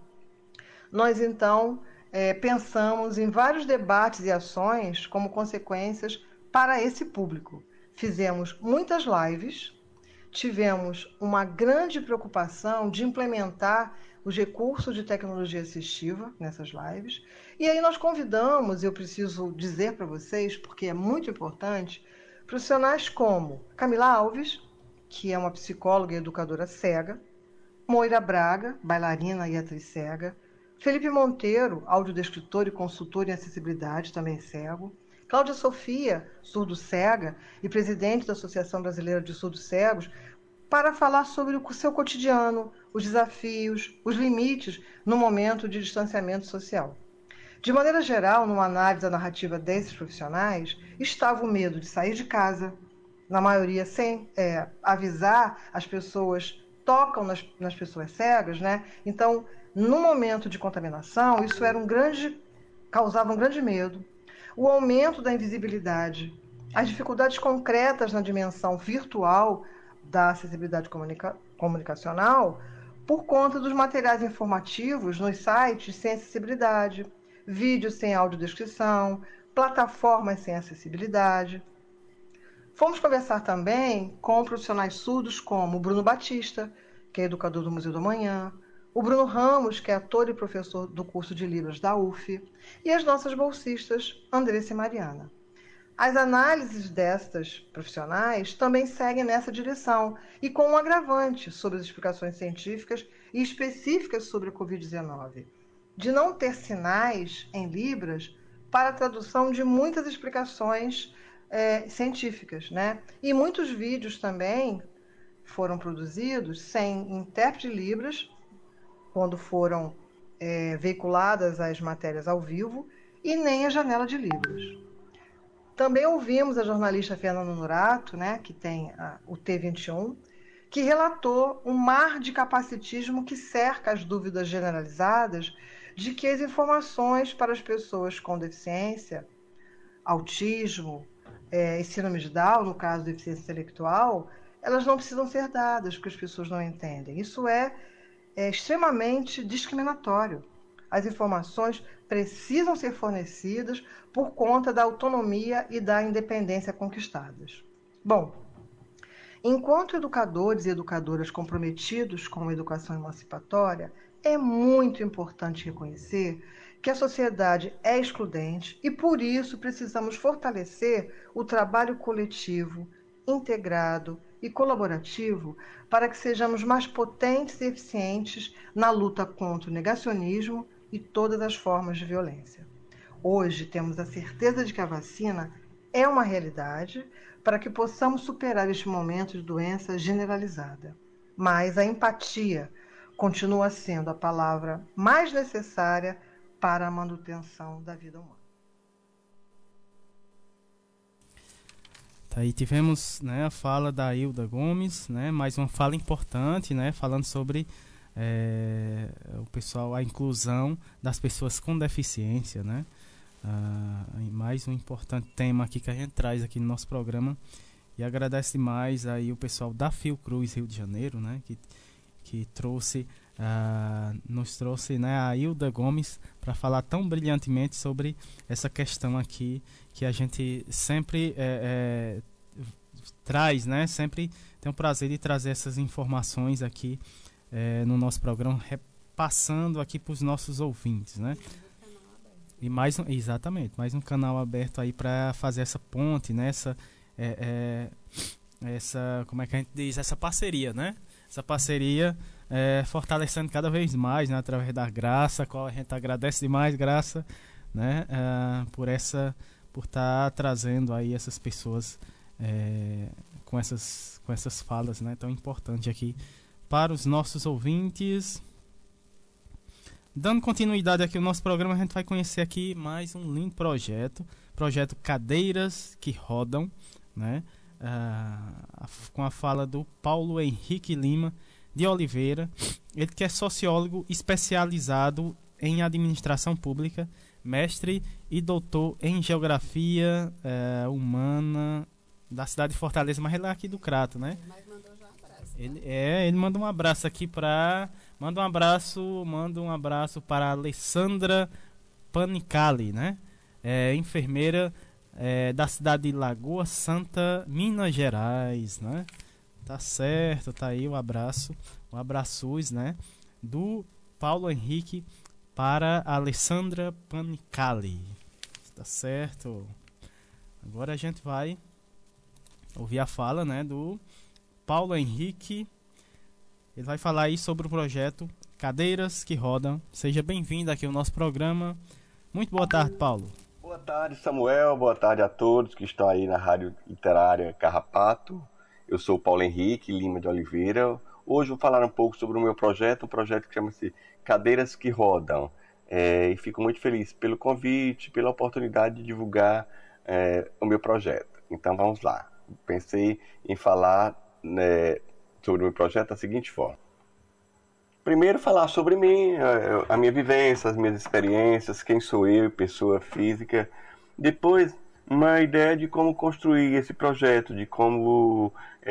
nós então pensamos em vários debates e ações como consequências para esse público. Fizemos muitas lives, tivemos uma grande preocupação de implementar os recursos de tecnologia assistiva nessas lives, e aí nós convidamos, eu preciso dizer para vocês, porque é muito importante, profissionais como Camila Alves, que é uma psicóloga e educadora cega, Moira Braga, bailarina e atriz cega, Felipe Monteiro, audiodescritor e consultor em acessibilidade, também cego, Cláudia Sofia, surdo-cega e presidente da Associação Brasileira de Surdos Cegos, para falar sobre o seu cotidiano, os desafios, os limites no momento de distanciamento social. De maneira geral, numa análise da narrativa desses profissionais, estava o medo de sair de casa, na maioria sem avisar, as pessoas tocam nas pessoas cegas, né? Então, no momento de contaminação, isso causava um grande medo. O aumento da invisibilidade, as dificuldades concretas na dimensão virtual da acessibilidade comunicacional, por conta dos materiais informativos nos sites sem acessibilidade, vídeos sem audiodescrição, plataformas sem acessibilidade. Fomos conversar também com profissionais surdos como o Bruno Batista, que é educador do Museu do Amanhã, o Bruno Ramos, que é ator e professor do curso de Libras da UF, e as nossas bolsistas, Andressa e Mariana. As análises destas profissionais também seguem nessa direção, e com um agravante sobre as explicações científicas e específicas sobre a Covid-19, de não ter sinais em Libras para a tradução de muitas explicações científicas, né? E muitos vídeos também foram produzidos sem intérprete de Libras, quando foram veiculadas as matérias ao vivo, e nem a janela de Libras. Também ouvimos a jornalista Fernanda Norato, né, que tem o T21, que relatou um mar de capacitismo que cerca as dúvidas generalizadas de que as informações para as pessoas com deficiência, autismo e síndrome de Down, no caso de deficiência intelectual, elas não precisam ser dadas, porque as pessoas não entendem. Isso é extremamente discriminatório. As informações precisam ser fornecidas por conta da autonomia e da independência conquistadas. Bom, enquanto educadores e educadoras comprometidos com a educação emancipatória, é muito importante reconhecer que a sociedade é excludente e, por isso, precisamos fortalecer o trabalho coletivo, integrado e colaborativo para que sejamos mais potentes e eficientes na luta contra o negacionismo e todas as formas de violência. Hoje temos a certeza de que a vacina é uma realidade para que possamos superar este momento de doença generalizada. Mas a empatia continua sendo a palavra mais necessária para a manutenção da vida humana. Aí tivemos, né, a fala da Hilda Gomes, né, mais uma fala importante, né, falando sobre o pessoal, a inclusão das pessoas com deficiência, né. Mais um importante tema aqui que a gente traz aqui no nosso programa. E agradece demais aí o pessoal da Fiocruz Rio de Janeiro, né, que trouxe, nos trouxe, né, a Hilda Gomes para falar tão brilhantemente sobre essa questão aqui que a gente sempre traz, né, sempre tem o prazer de trazer essas informações aqui no nosso programa, repassando aqui para os nossos ouvintes, né. E exatamente, mais um canal aberto aí para fazer essa ponte, né, essa, como é que a gente diz, essa parceria, né? Essa parceria fortalecendo cada vez mais, né, através da Graça, a qual a gente agradece demais, Graça, né, por estar trazendo aí essas pessoas com essas falas, né, tão importantes aqui para os nossos ouvintes. Dando continuidade aqui ao nosso programa, a gente vai conhecer aqui mais um lindo projeto Cadeiras que Rodam, né? Com a fala do Paulo Henrique Lima de Oliveira, ele que é sociólogo especializado em administração pública, mestre e doutor em geografia humana da cidade de Fortaleza, mas ele é aqui do Crato, né? Ele manda um abraço aqui manda um abraço para a Alessandra Panicali, né? Enfermeira da cidade de Lagoa Santa, Minas Gerais, né? Tá certo, tá aí um abraços, né? Do Paulo Henrique para a Alessandra Panicali. Tá certo. Agora a gente vai ouvir a fala, né, do Paulo Henrique. Ele vai falar aí sobre o projeto Cadeiras que Rodam. Seja bem-vindo aqui ao nosso programa. Muito boa tarde, Paulo. Boa tarde, Samuel. Boa tarde a todos que estão aí na Rádio Literária Carrapato. Eu sou o Paulo Henrique Lima de Oliveira. Hoje vou falar um pouco sobre o meu projeto, um projeto que chama-se Cadeiras que Rodam. E fico muito feliz pelo convite, pela oportunidade de divulgar o meu projeto. Então vamos lá. Pensei em falar sobre o meu projeto da seguinte forma. Primeiro, falar sobre mim, a minha vivência, as minhas experiências, quem sou eu, pessoa física. Depois, uma ideia de como construir esse projeto, de como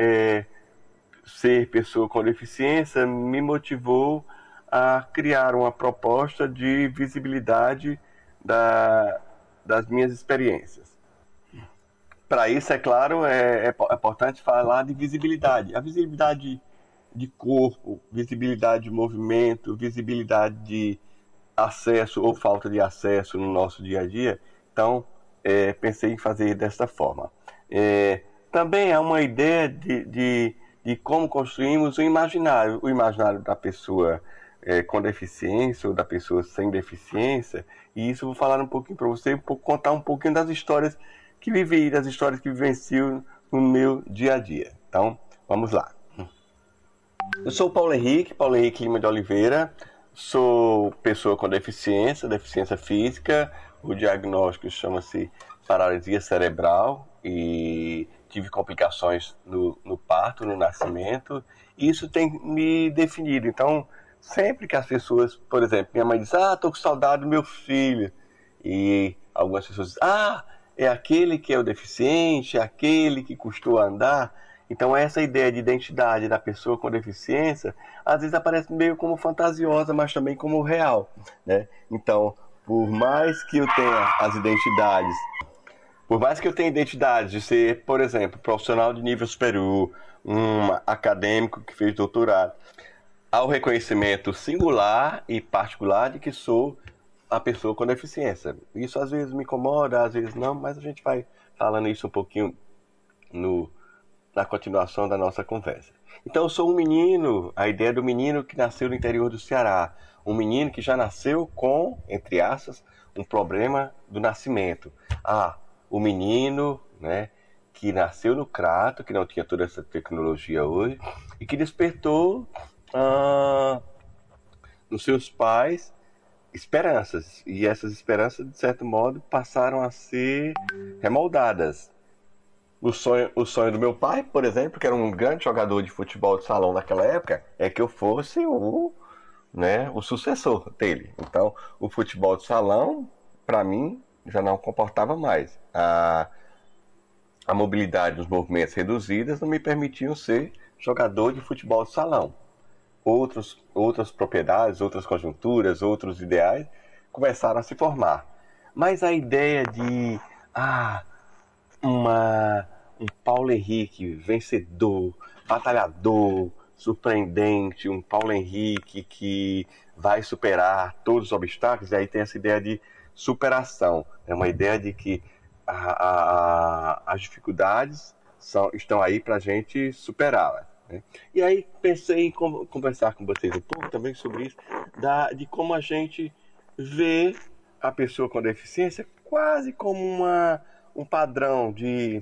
ser pessoa com deficiência me motivou a criar uma proposta de visibilidade das minhas experiências. Para isso, é claro, é importante falar de visibilidade. A visibilidade de corpo, visibilidade de movimento, visibilidade de acesso ou falta de acesso no nosso dia a dia. Então, pensei em fazer desta forma. Também há uma ideia de como construímos o imaginário da pessoa com deficiência ou da pessoa sem deficiência. E isso eu vou falar um pouquinho para você, contar um pouquinho das histórias que vivi, das histórias que vivencio no meu dia a dia. Então, vamos lá. Eu sou o Paulo Henrique Lima de Oliveira, sou pessoa com deficiência física, o diagnóstico chama-se paralisia cerebral e tive complicações no parto, no nascimento, e isso tem me definido. Então, sempre que as pessoas, por exemplo, minha mãe diz, tô com saudade do meu filho, e algumas pessoas dizem, é aquele que é o deficiente, é aquele que custou andar. Então essa ideia de identidade da pessoa com deficiência, às vezes aparece meio como fantasiosa, mas também como real, né? Então, por mais que eu tenha identidade de ser, por exemplo, profissional de nível superior, um acadêmico que fez doutorado, há o reconhecimento singular e particular de que sou a pessoa com deficiência. Isso às vezes me incomoda, às vezes não, mas a gente vai falando isso um pouquinho na continuação da nossa conversa. Então eu sou um menino, a ideia do menino que nasceu no interior do Ceará, um menino que já nasceu com, entre aspas, um problema do nascimento. O menino, né, que nasceu no Crato, que não tinha toda essa tecnologia hoje, e que despertou nos seus pais esperanças, e essas esperanças, de certo modo, passaram a ser remoldadas. O sonho do meu pai, por exemplo, que era um grande jogador de futebol de salão naquela época, é que eu fosse o sucessor dele. Então, o futebol de salão, para mim, já não comportava mais. A mobilidade dos movimentos reduzidas não me permitiam ser jogador de futebol de salão. Outras propriedades, outras conjunturas, outros ideais começaram a se formar. Mas a ideia de um Paulo Henrique vencedor, batalhador, surpreendente, um Paulo Henrique que vai superar todos os obstáculos, e aí tem essa ideia de superação. É uma ideia de que as dificuldades estão aí para a gente superá-las. Né? E aí pensei em conversar com vocês um pouco também sobre isso, de como a gente vê a pessoa com deficiência quase como um padrão de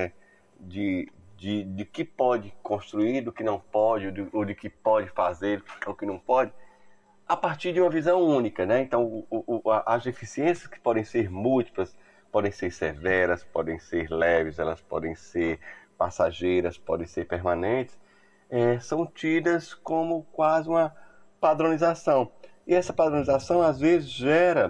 que pode construir, do que não pode, ou de que pode fazer, ou que não pode, a partir de uma visão única, né? Então, as deficiências que podem ser múltiplas, podem ser severas, podem ser leves, elas podem ser passageiras, podem ser permanentes, são tidas como quase uma padronização. E essa padronização, às vezes, gera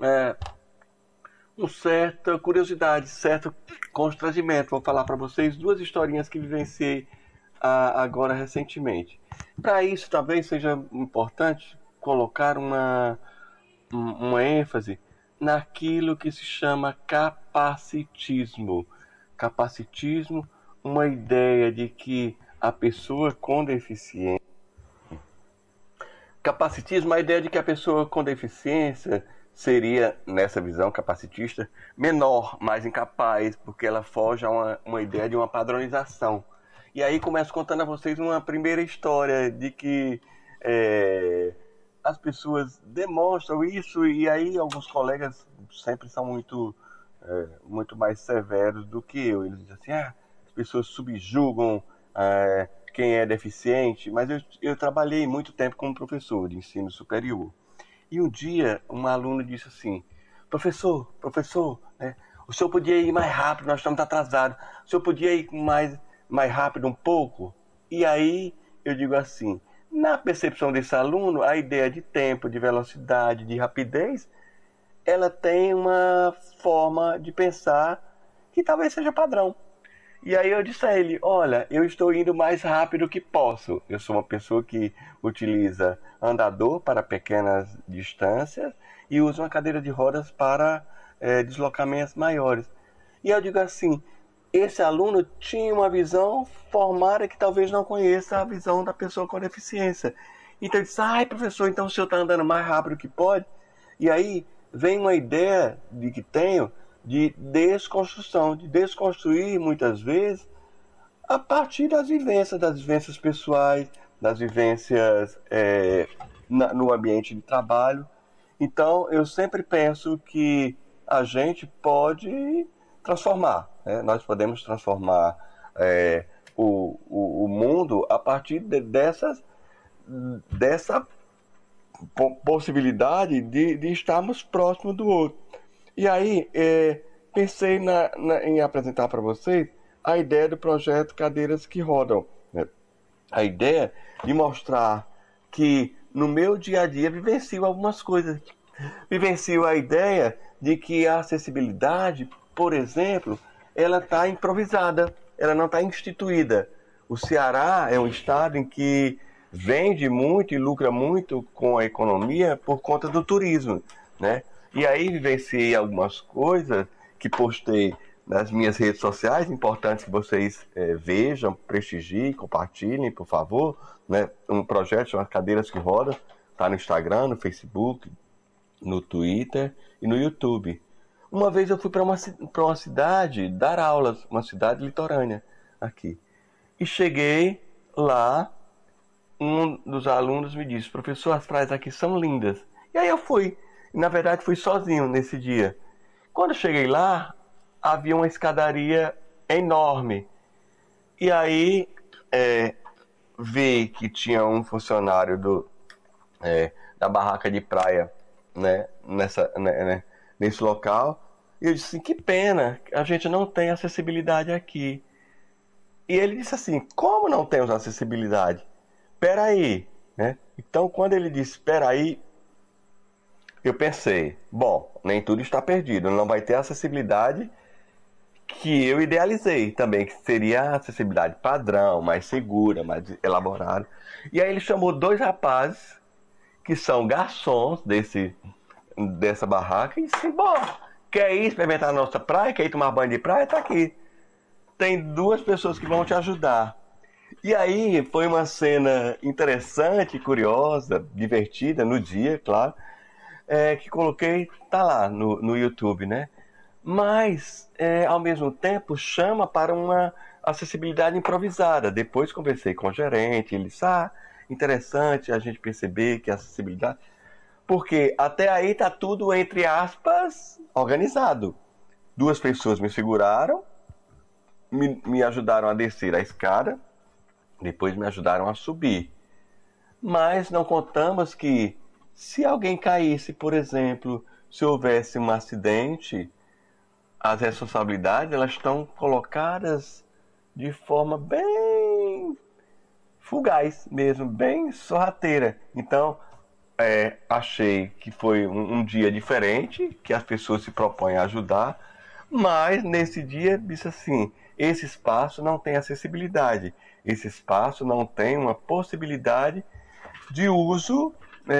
uma certa curiosidade, certo constrangimento. Vou falar para vocês 2 historinhas que vivenciei agora recentemente. Para isso, talvez seja importante colocar uma ênfase naquilo que se chama capacitismo. Capacitismo, uma ideia de que a pessoa com deficiência... Capacitismo, a ideia de que a pessoa com deficiência seria, nessa visão capacitista, menor, mais incapaz, porque ela foge a uma ideia de uma padronização. E aí começo contando a vocês uma primeira história de que as pessoas demonstram isso, e aí alguns colegas sempre são muito mais severos do que eu. Eles dizem assim, as pessoas subjugam quem é deficiente, mas eu trabalhei muito tempo como professor de ensino superior. E um dia, um aluno disse assim, professor, né, o senhor podia ir mais rápido, nós estamos atrasados, o senhor podia ir mais rápido um pouco? E aí eu digo assim, na percepção desse aluno, a ideia de tempo, de velocidade, de rapidez, ela tem uma forma de pensar que talvez seja padrão. E aí eu disse a ele, olha, eu estou indo mais rápido que posso. Eu sou uma pessoa que utiliza andador para pequenas distâncias e usa uma cadeira de rodas para deslocamentos maiores. E eu digo assim, esse aluno tinha uma visão formada que talvez não conheça a visão da pessoa com deficiência. Então ele disse, professor, então o senhor está andando mais rápido que pode? E aí vem uma ideia que tenho de desconstrução, de desconstruir muitas vezes a partir das vivências pessoais, das vivências no ambiente de trabalho. Então eu sempre penso que a gente pode transformar, né? Nós podemos transformar o mundo a partir dessa possibilidade de estarmos próximos do outro. E aí, pensei em apresentar para vocês a ideia do projeto Cadeiras que Rodam. Né? A ideia de mostrar que no meu dia a dia vivencio algumas coisas. Vivencio a ideia de que a acessibilidade, por exemplo, ela está improvisada, ela não está instituída. O Ceará é um estado em que vende muito e lucra muito com a economia por conta do turismo, né? E aí vivenciei algumas coisas que postei nas minhas redes sociais, importantes que vocês vejam, prestigiem, compartilhem, por favor. Né? Um projeto chamado Cadeiras que Rodam, está no Instagram, no Facebook, no Twitter e no YouTube. Uma vez eu fui para uma cidade dar aulas, uma cidade litorânea aqui. E cheguei lá, um dos alunos me disse, professor, as praias aqui são lindas. E aí eu fui. Na verdade, fui sozinho nesse dia. Quando eu cheguei lá, havia uma escadaria enorme. E aí, vi que tinha um funcionário da barraca de praia, né, nesse local. E eu disse assim, que pena, a gente não tem acessibilidade aqui. E ele disse assim, como não temos acessibilidade? Peraí, né? Então, quando ele disse, peraí, eu pensei, bom, nem tudo está perdido, não vai ter acessibilidade que eu idealizei também, que seria a acessibilidade padrão, mais segura, mais elaborada. E aí ele chamou 2 rapazes, que são garçons dessa barraca, e disse, bom, quer ir experimentar a nossa praia, quer ir tomar banho de praia? Tá aqui. Tem 2 pessoas que vão te ajudar. E aí foi uma cena interessante, curiosa, divertida, no dia, claro, que coloquei, tá lá no YouTube, né? Mas, ao mesmo tempo, chama para uma acessibilidade improvisada. Depois conversei com o gerente, ele disse, interessante a gente perceber que a acessibilidade... Porque até aí tá tudo, entre aspas, organizado. 2 pessoas me seguraram, me ajudaram a descer a escada, depois me ajudaram a subir. Mas não contamos que, se alguém caísse, por exemplo, se houvesse um acidente, as responsabilidades elas estão colocadas de forma bem fugaz mesmo, bem sorrateira. Então, achei que foi um dia diferente, que as pessoas se propõem a ajudar, mas nesse dia disse assim, esse espaço não tem acessibilidade, esse espaço não tem uma possibilidade de uso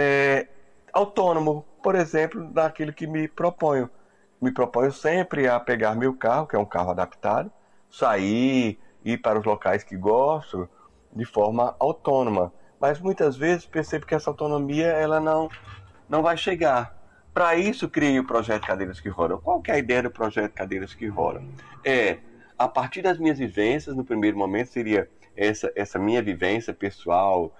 autônomo, por exemplo, daquilo que me proponho. Me proponho sempre a pegar meu carro, que é um carro adaptado, sair, ir para os locais que gosto, de forma autônoma. Mas muitas vezes percebo que essa autonomia ela não vai chegar. Para isso criei o projeto Cadeiras que Rodam. Qual que é a ideia do projeto Cadeiras que Rodam? A partir das minhas vivências, no primeiro momento seria essa minha vivência pessoal,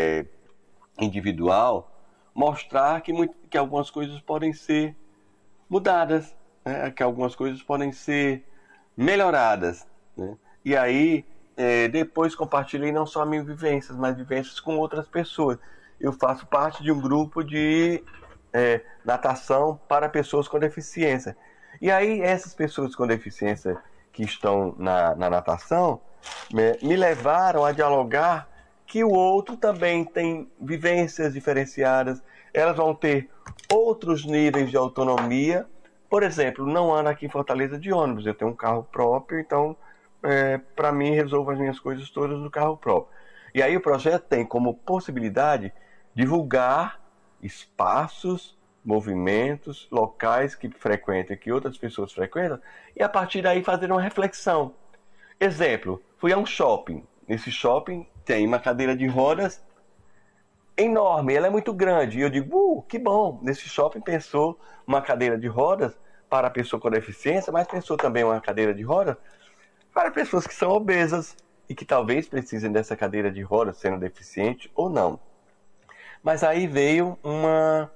individual, mostrar que algumas coisas podem ser mudadas, né? Que algumas coisas podem ser melhoradas, né? E aí, depois compartilhei não só minhas vivências, mas vivências com outras pessoas. Eu faço parte de um grupo de natação para pessoas com deficiência. E aí, essas pessoas com deficiência que estão na natação me levaram a dialogar que o outro também tem vivências diferenciadas, elas vão ter outros níveis de autonomia. Por exemplo, não ando aqui em Fortaleza de ônibus, eu tenho um carro próprio, então, para mim, resolvo as minhas coisas todas no carro próprio. E aí o projeto tem como possibilidade divulgar espaços, movimentos, locais que frequentam, que outras pessoas frequentam, e a partir daí fazer uma reflexão. Exemplo, fui a um shopping. Nesse shopping tem uma cadeira de rodas enorme, ela é muito grande. E eu digo, que bom, nesse shopping pensou uma cadeira de rodas para a pessoa com deficiência, mas pensou também uma cadeira de rodas para pessoas que são obesas e que talvez precisem dessa cadeira de rodas, sendo deficiente ou não. Mas aí veio uma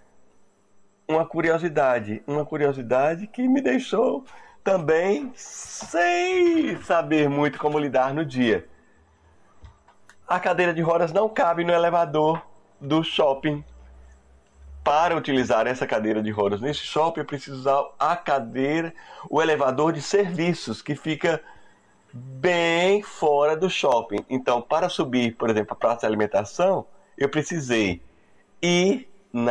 curiosidade que me deixou também sem saber muito como lidar no dia. A cadeira de rodas não cabe no elevador do shopping. Para utilizar essa cadeira de rodas nesse shopping, eu preciso usar o elevador de serviços, que fica bem fora do shopping. Então, para subir, por exemplo, a praça de alimentação, eu precisei ir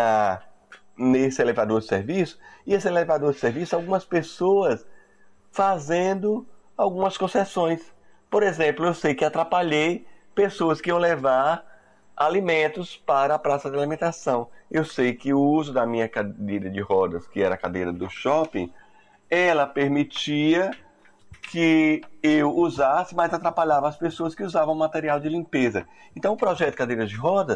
nesse elevador de serviço, e esse elevador de serviço, algumas pessoas fazendo algumas concessões. Por exemplo, eu sei que atrapalhei pessoas que iam levar alimentos para a praça de alimentação. Eu sei que o uso da minha cadeira de rodas, que era a cadeira do shopping, ela permitia que eu usasse, mas atrapalhava as pessoas que usavam material de limpeza. Então o projeto Cadeira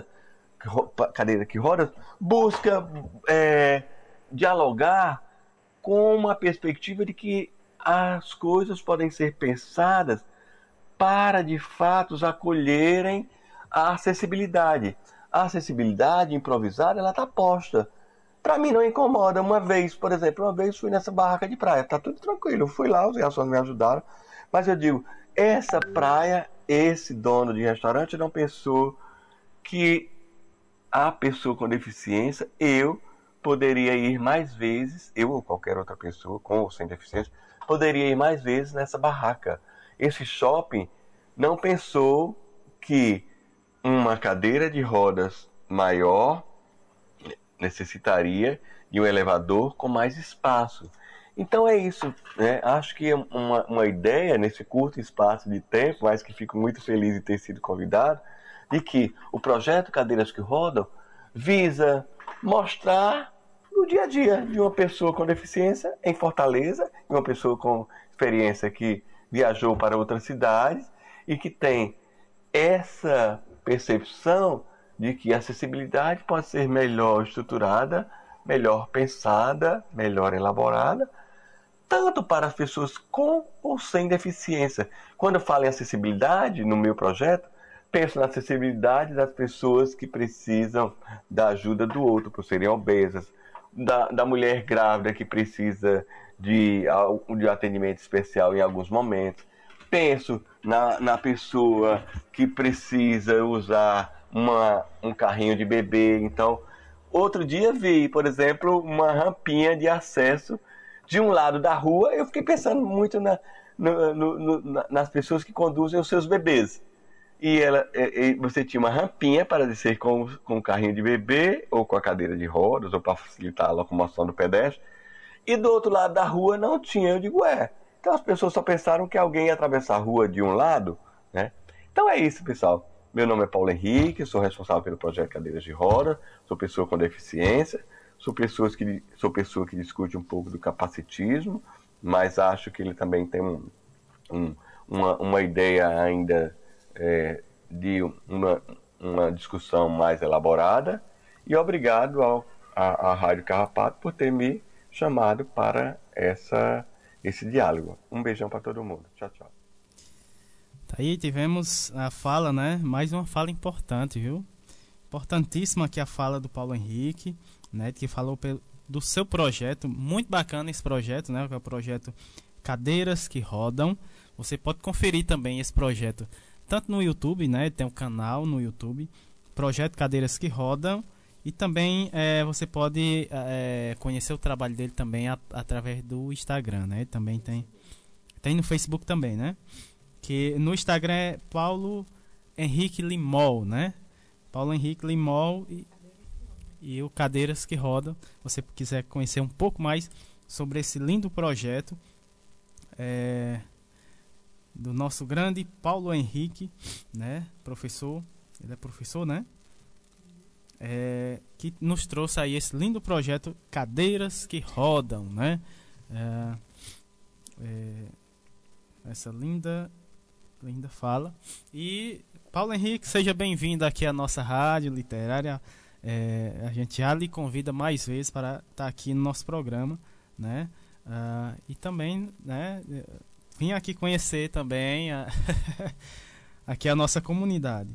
que Roda busca dialogar com uma perspectiva de que as coisas podem ser pensadas para, de fato, acolherem a acessibilidade. A acessibilidade improvisada, ela está posta. Para mim não incomoda. Por exemplo, fui nessa barraca de praia, tá tudo tranquilo. Eu fui lá, os garçons me ajudaram. Mas eu digo, essa praia, esse dono de restaurante não pensou que a pessoa com deficiência, eu poderia ir mais vezes, eu ou qualquer outra pessoa, com ou sem deficiência, poderia ir mais vezes nessa barraca. Esse shopping não pensou que uma cadeira de rodas maior necessitaria de um elevador com mais espaço. Então é isso, né? Acho que uma ideia nesse curto espaço de tempo, mas que fico muito feliz de ter sido convidado, de que o projeto Cadeiras que Rodam visa mostrar o dia a dia de uma pessoa com deficiência em Fortaleza, de uma pessoa com experiência que viajou para outras cidades e que tem essa percepção de que a acessibilidade pode ser melhor estruturada, melhor pensada, melhor elaborada, tanto para as pessoas com ou sem deficiência. Quando eu falo em acessibilidade no meu projeto, penso na acessibilidade das pessoas que precisam da ajuda do outro por serem obesas, da mulher grávida que precisa de atendimento especial em alguns momentos. Penso na pessoa que precisa usar um carrinho de bebê. Então, outro dia vi, por exemplo, uma rampinha de acesso de um lado da rua. Eu fiquei pensando muito nas pessoas que conduzem os seus bebês. E você tinha uma rampinha para descer com o carrinho de bebê, ou com a cadeira de rodas, ou para facilitar a locomoção do pedestre. E do outro lado da rua não tinha. Eu digo, então as pessoas só pensaram que alguém ia atravessar a rua de um lado, né? Então é isso, pessoal. Meu nome é Paulo Henrique, sou responsável pelo projeto Cadeiras de Rodas, sou pessoa com deficiência, sou pessoa que discute um pouco do capacitismo, mas acho que ele também tem uma ideia ainda de uma discussão mais elaborada. E obrigado à Rádio Carrapato por ter me chamado para esse diálogo. Um beijão para todo mundo. Tchau, tchau. Aí tivemos a fala, né? Mais uma fala importante, viu? Importantíssima aqui a fala do Paulo Henrique, né? Que falou do seu projeto. Muito bacana esse projeto, né? Que é o projeto Cadeiras que Rodam. Você pode conferir também esse projeto tanto no YouTube, né? Tem um canal no YouTube, Projeto Cadeiras que Rodam. E também você pode conhecer o trabalho dele também através do Instagram, né? Também tem no Facebook também, né? Que no Instagram é Paulo Henrique Limol, né? Paulo Henrique Limol e o Cadeiras que Rodam. Se você quiser conhecer um pouco mais sobre esse lindo projeto do nosso grande Paulo Henrique, né? Professor, ele é professor, né? Que nos trouxe aí esse lindo projeto Cadeiras que Rodam, né? Essa linda fala. E Paulo Henrique, seja bem-vindo aqui à nossa rádio literária. A gente já lhe convida mais vezes para estar aqui no nosso programa, né? E também, né, vim aqui conhecer também aqui a nossa comunidade.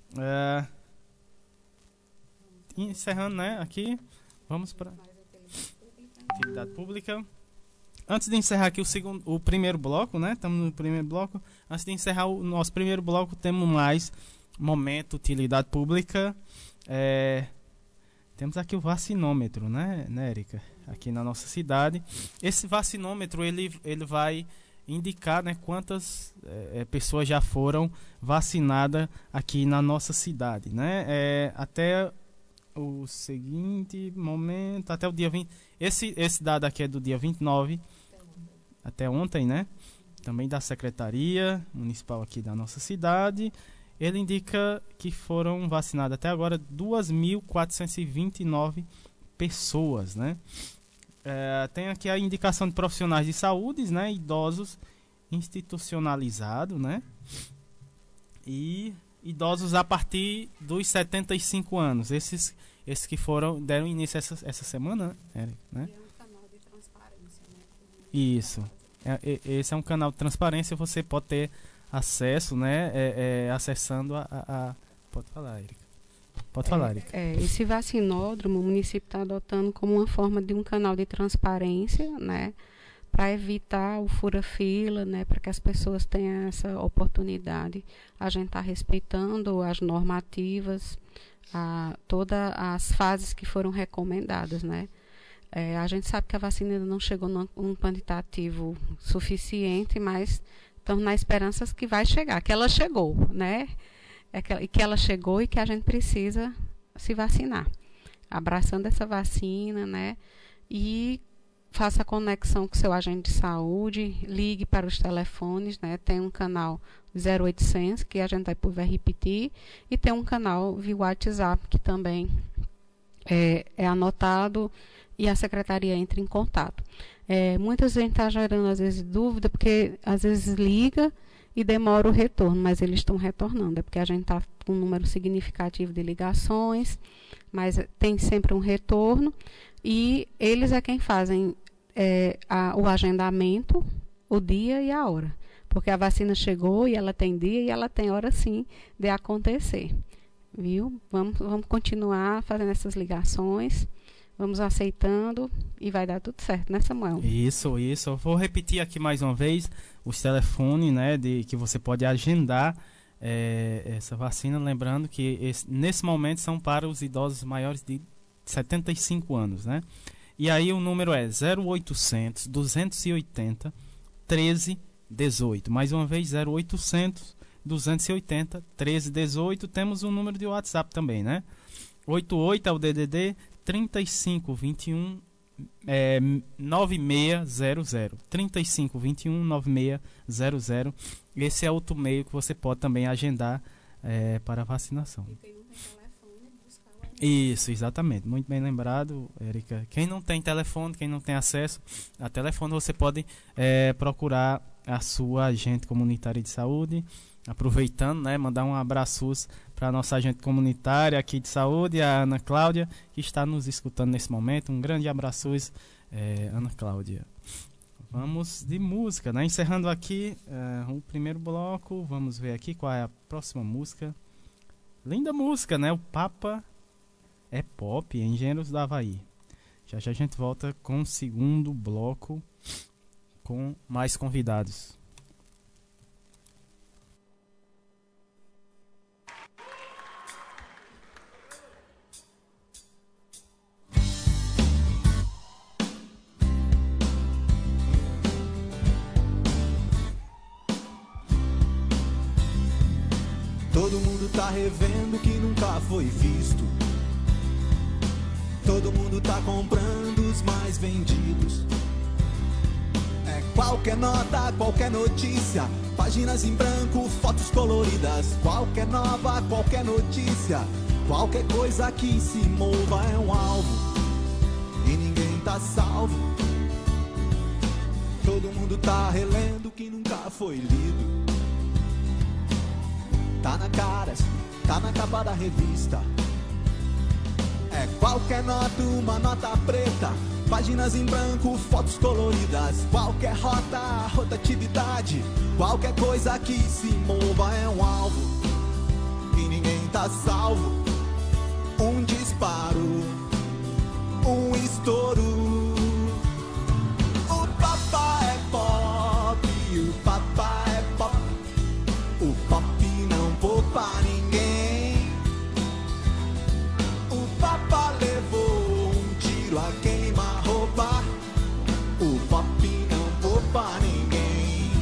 Encerrando, né, aqui, vamos para atividade pública. Antes de encerrar aqui o primeiro bloco, né, estamos no primeiro bloco. Antes de encerrar o nosso primeiro bloco, temos mais momento utilidade pública. Temos aqui o vacinômetro, né, Érica? Aqui na nossa cidade. Esse vacinômetro, ele vai indicar, né, quantas pessoas já foram vacinadas aqui na nossa cidade, né? Até o seguinte momento, até o dia 20. Esse dado aqui é do dia 29, até ontem, né? Também da Secretaria Municipal aqui da nossa cidade. Ele indica que foram vacinadas até agora 2.429 pessoas, né? Tem aqui a indicação de profissionais de saúde, né? Idosos institucionalizados, né? E idosos a partir dos 75 anos. Esses que deram início essa semana, né? Isso. Esse é um canal de transparência, você pode ter acesso, né? Acessando Pode falar, Erika. Pode falar, Erika. Esse vacinódromo o município está adotando como uma forma de um canal de transparência, né? Para evitar o fura-fila, né? Para que as pessoas tenham essa oportunidade. A gente está respeitando as normativas, todas as fases que foram recomendadas, né? A gente sabe que a vacina ainda não chegou num quantitativo suficiente, mas estamos na esperança que vai chegar, que ela chegou, né? E que ela chegou e que a gente precisa se vacinar. Abraçando essa vacina, né? E faça a conexão com o seu agente de saúde, ligue para os telefones, né? Tem um canal 0800, que a gente vai repetir, e tem um canal via WhatsApp, que também é anotado, e a secretaria entra em contato. Muita gente está gerando, às vezes, dúvida, porque às vezes liga e demora o retorno, mas eles estão retornando. É porque a gente está com um número significativo de ligações, mas tem sempre um retorno, e eles é quem fazem o agendamento, o dia e a hora. Porque a vacina chegou e ela tem dia e ela tem hora, sim, de acontecer. Viu? Vamos continuar fazendo essas ligações. Vamos aceitando e vai dar tudo certo, né, Samuel? Isso. Eu vou repetir aqui mais uma vez os telefones, né, que você pode agendar essa vacina. Lembrando que nesse momento são para os idosos maiores de 75 anos, né? E aí o número é 0800 280 1318. Mais uma vez, 0800 280 1318. Temos um número de WhatsApp também, né? 88 é o DDD 3521 9600. 3521 9600. Esse é outro meio que você pode também agendar para a vacinação. Isso, exatamente. Muito bem lembrado, Érica. Quem não tem telefone, quem não tem acesso a telefone, você pode procurar a sua agente comunitária de saúde. Aproveitando, né, mandar um abraço para a nossa agente comunitária aqui de saúde, a Ana Cláudia, que está nos escutando nesse momento. Um grande abraço, Ana Cláudia. Vamos de música, né? Encerrando aqui o primeiro bloco. Vamos ver aqui qual é a próxima música. Linda música, né? O Papa é Pop, Engenheiros do Havaí. Já a gente volta com o segundo bloco com mais convidados. Todo mundo tá revendo o que nunca foi visto. Todo mundo tá comprando os mais vendidos. Qualquer nota, qualquer notícia, páginas em branco, fotos coloridas. Qualquer nova, qualquer notícia, qualquer coisa que se mova é um alvo. E ninguém tá salvo. Todo mundo tá relendo o que nunca foi lido. Tá na cara, tá na capa da revista. Qualquer nota, uma nota preta, páginas em branco, fotos coloridas. Qualquer rota, rotatividade, qualquer coisa que se mova é um alvo. E ninguém tá salvo. Um disparo, um estouro. O Papa é pop, o Papa é pop. O pop não poupa ninguém. O Papa levou um tiro a queima-roupa. O pop não poupa ninguém.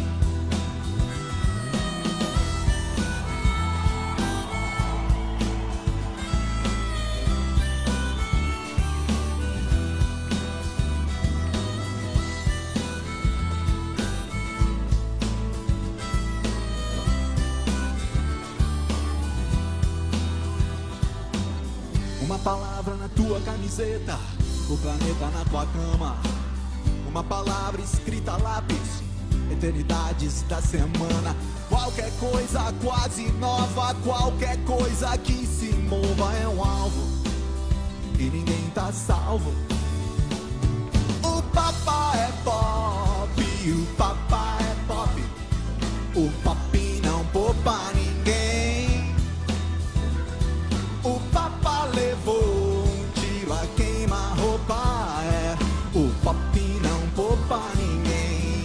Uma palavra na tua camiseta, o planeta na tua cama. Uma palavra escrita a lápis, eternidades da semana. Qualquer coisa quase nova, qualquer coisa que se mova é um alvo. E ninguém tá salvo. O Papa é pop, o Papa é pop. O pop não poupa ninguém. O Papa levou um tiro a queima-roupa. O pop não poupa ninguém.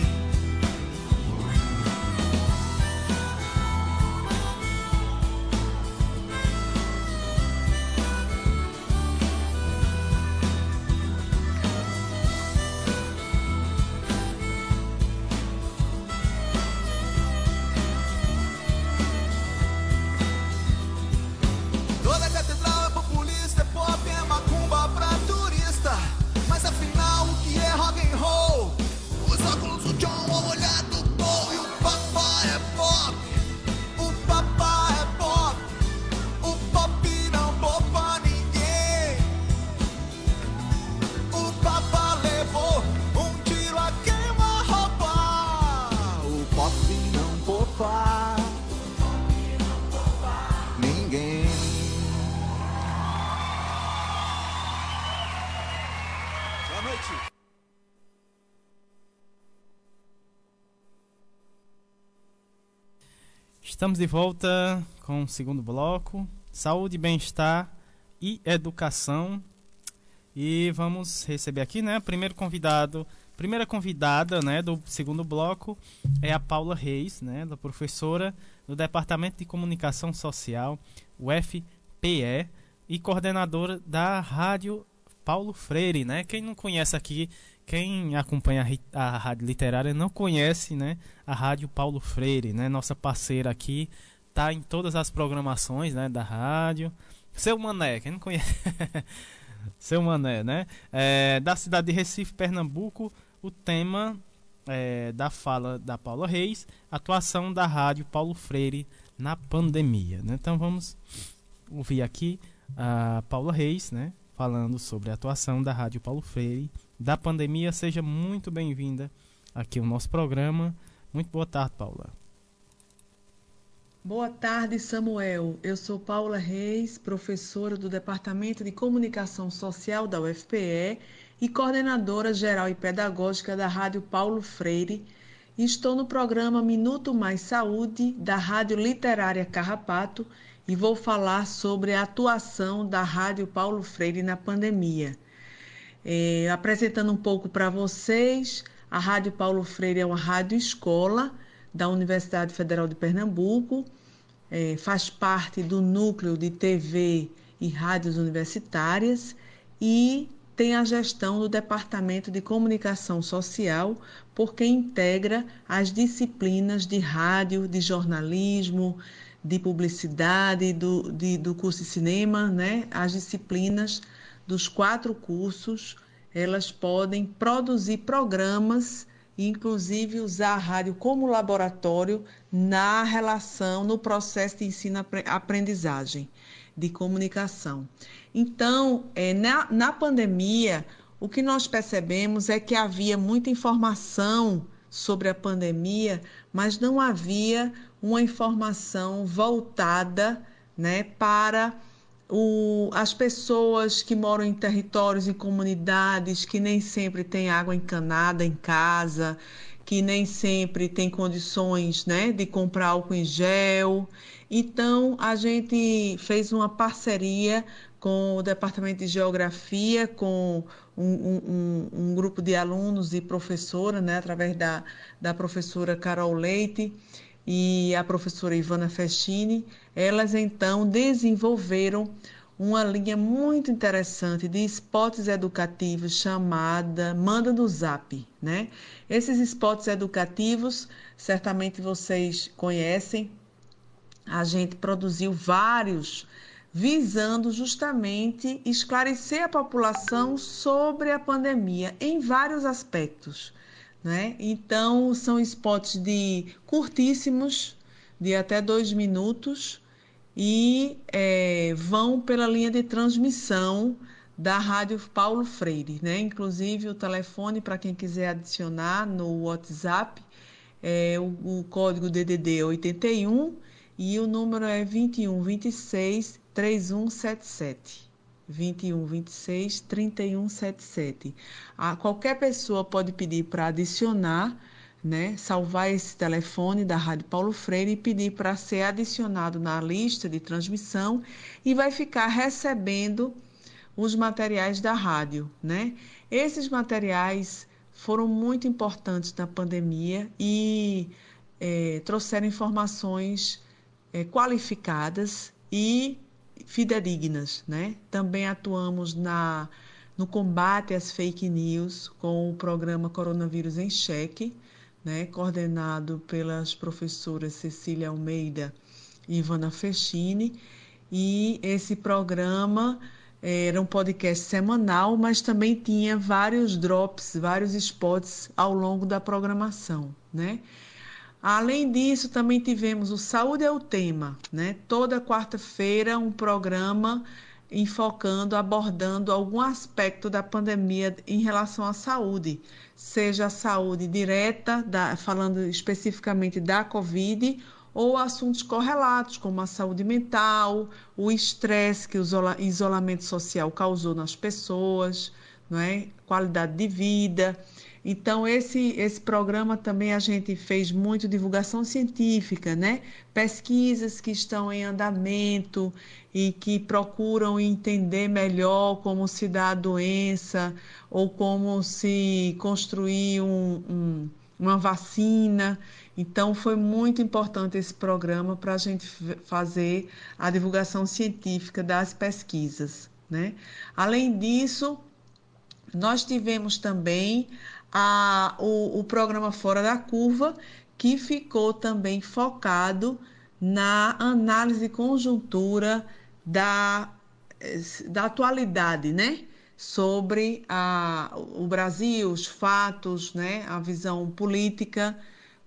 ninguém. Boa noite. Estamos de volta com o segundo bloco, saúde, bem-estar e educação. E vamos receber aqui, né, primeira convidada, né, do segundo bloco é a Paula Reis, né, da professora do Departamento de Comunicação Social, UFPE, e coordenadora da Rádio Paulo Freire, né? Quem não conhece aqui, quem acompanha a Rádio Literária não conhece, né, a Rádio Paulo Freire, né? Nossa parceira aqui, tá em todas as programações, né, da rádio. Seu Mané, quem não conhece? Seu Mané, né? Da cidade de Recife, Pernambuco, o tema da fala da Paula Reis, atuação da Rádio Paulo Freire na pandemia, né? Então vamos ouvir aqui a Paula Reis, né, falando sobre a atuação da Rádio Paulo Freire da pandemia. Seja muito bem-vinda aqui ao nosso programa. Muito boa tarde, Paula. Boa tarde, Samuel. Eu sou Paula Reis, professora do Departamento de Comunicação Social da UFPE e coordenadora geral e pedagógica da Rádio Paulo Freire. E estou no programa Minuto Mais Saúde da Rádio Literária Carrapato e vou falar sobre a atuação da Rádio Paulo Freire na pandemia. Apresentando um pouco para vocês, a Rádio Paulo Freire é uma rádio escola da Universidade Federal de Pernambuco, faz parte do núcleo de TV e rádios universitárias e tem a gestão do Departamento de Comunicação Social, porque integra as disciplinas de rádio, de jornalismo, de publicidade, do curso de cinema, né? As disciplinas dos 4 cursos, elas podem produzir programas e inclusive usar a rádio como laboratório na relação, no processo de ensino-aprendizagem de comunicação. Então, na pandemia, o que nós percebemos é que havia muita informação sobre a pandemia, mas não havia uma informação voltada, né, para as pessoas que moram em territórios e comunidades que nem sempre têm água encanada em casa, que nem sempre têm condições, né, de comprar álcool em gel. Então, a gente fez uma parceria com o Departamento de Geografia, com um grupo de alunos e professora, né, através da professora Carol Leite e a professora Ivana Festini. Elas então desenvolveram uma linha muito interessante de spots educativos chamada Manda no Zap, né? Esses spots educativos, certamente vocês conhecem, a gente produziu vários visando justamente esclarecer a população sobre a pandemia em vários aspectos, né? Então, são spots curtíssimos, de até 2 minutos, e vão pela linha de transmissão da Rádio Paulo Freire, né? Inclusive, o telefone, para quem quiser adicionar no WhatsApp, o código DDD é 81 e o número é 2126 3177. 2126 3177. Qualquer pessoa pode pedir para adicionar, né, salvar esse telefone da Rádio Paulo Freire e pedir para ser adicionado na lista de transmissão e vai ficar recebendo os materiais da rádio, né? Esses materiais foram muito importantes na pandemia e trouxeram informações qualificadas e fidedignas, né? Também atuamos no combate às fake news com o programa Coronavírus em Cheque, né? Coordenado pelas professoras Cecília Almeida e Ivana Festini. E esse programa era um podcast semanal, mas também tinha vários drops, vários spots ao longo da programação, né? Além disso, também tivemos o Saúde é o Tema, né? Toda quarta-feira um programa abordando algum aspecto da pandemia em relação à saúde, seja a saúde direta, falando especificamente da Covid, ou assuntos correlatos, como a saúde mental, o estresse que o isolamento social causou nas pessoas, não é? Qualidade de vida. Então, esse programa também a gente fez muito divulgação científica, né? Pesquisas que estão em andamento e que procuram entender melhor como se dá a doença ou como se construir uma vacina. Então, foi muito importante esse programa para a gente fazer a divulgação científica das pesquisas, né? Além disso, nós tivemos também o programa Fora da Curva, que ficou também focado na análise conjuntura da atualidade, né? Sobre o Brasil, os fatos, né? A visão política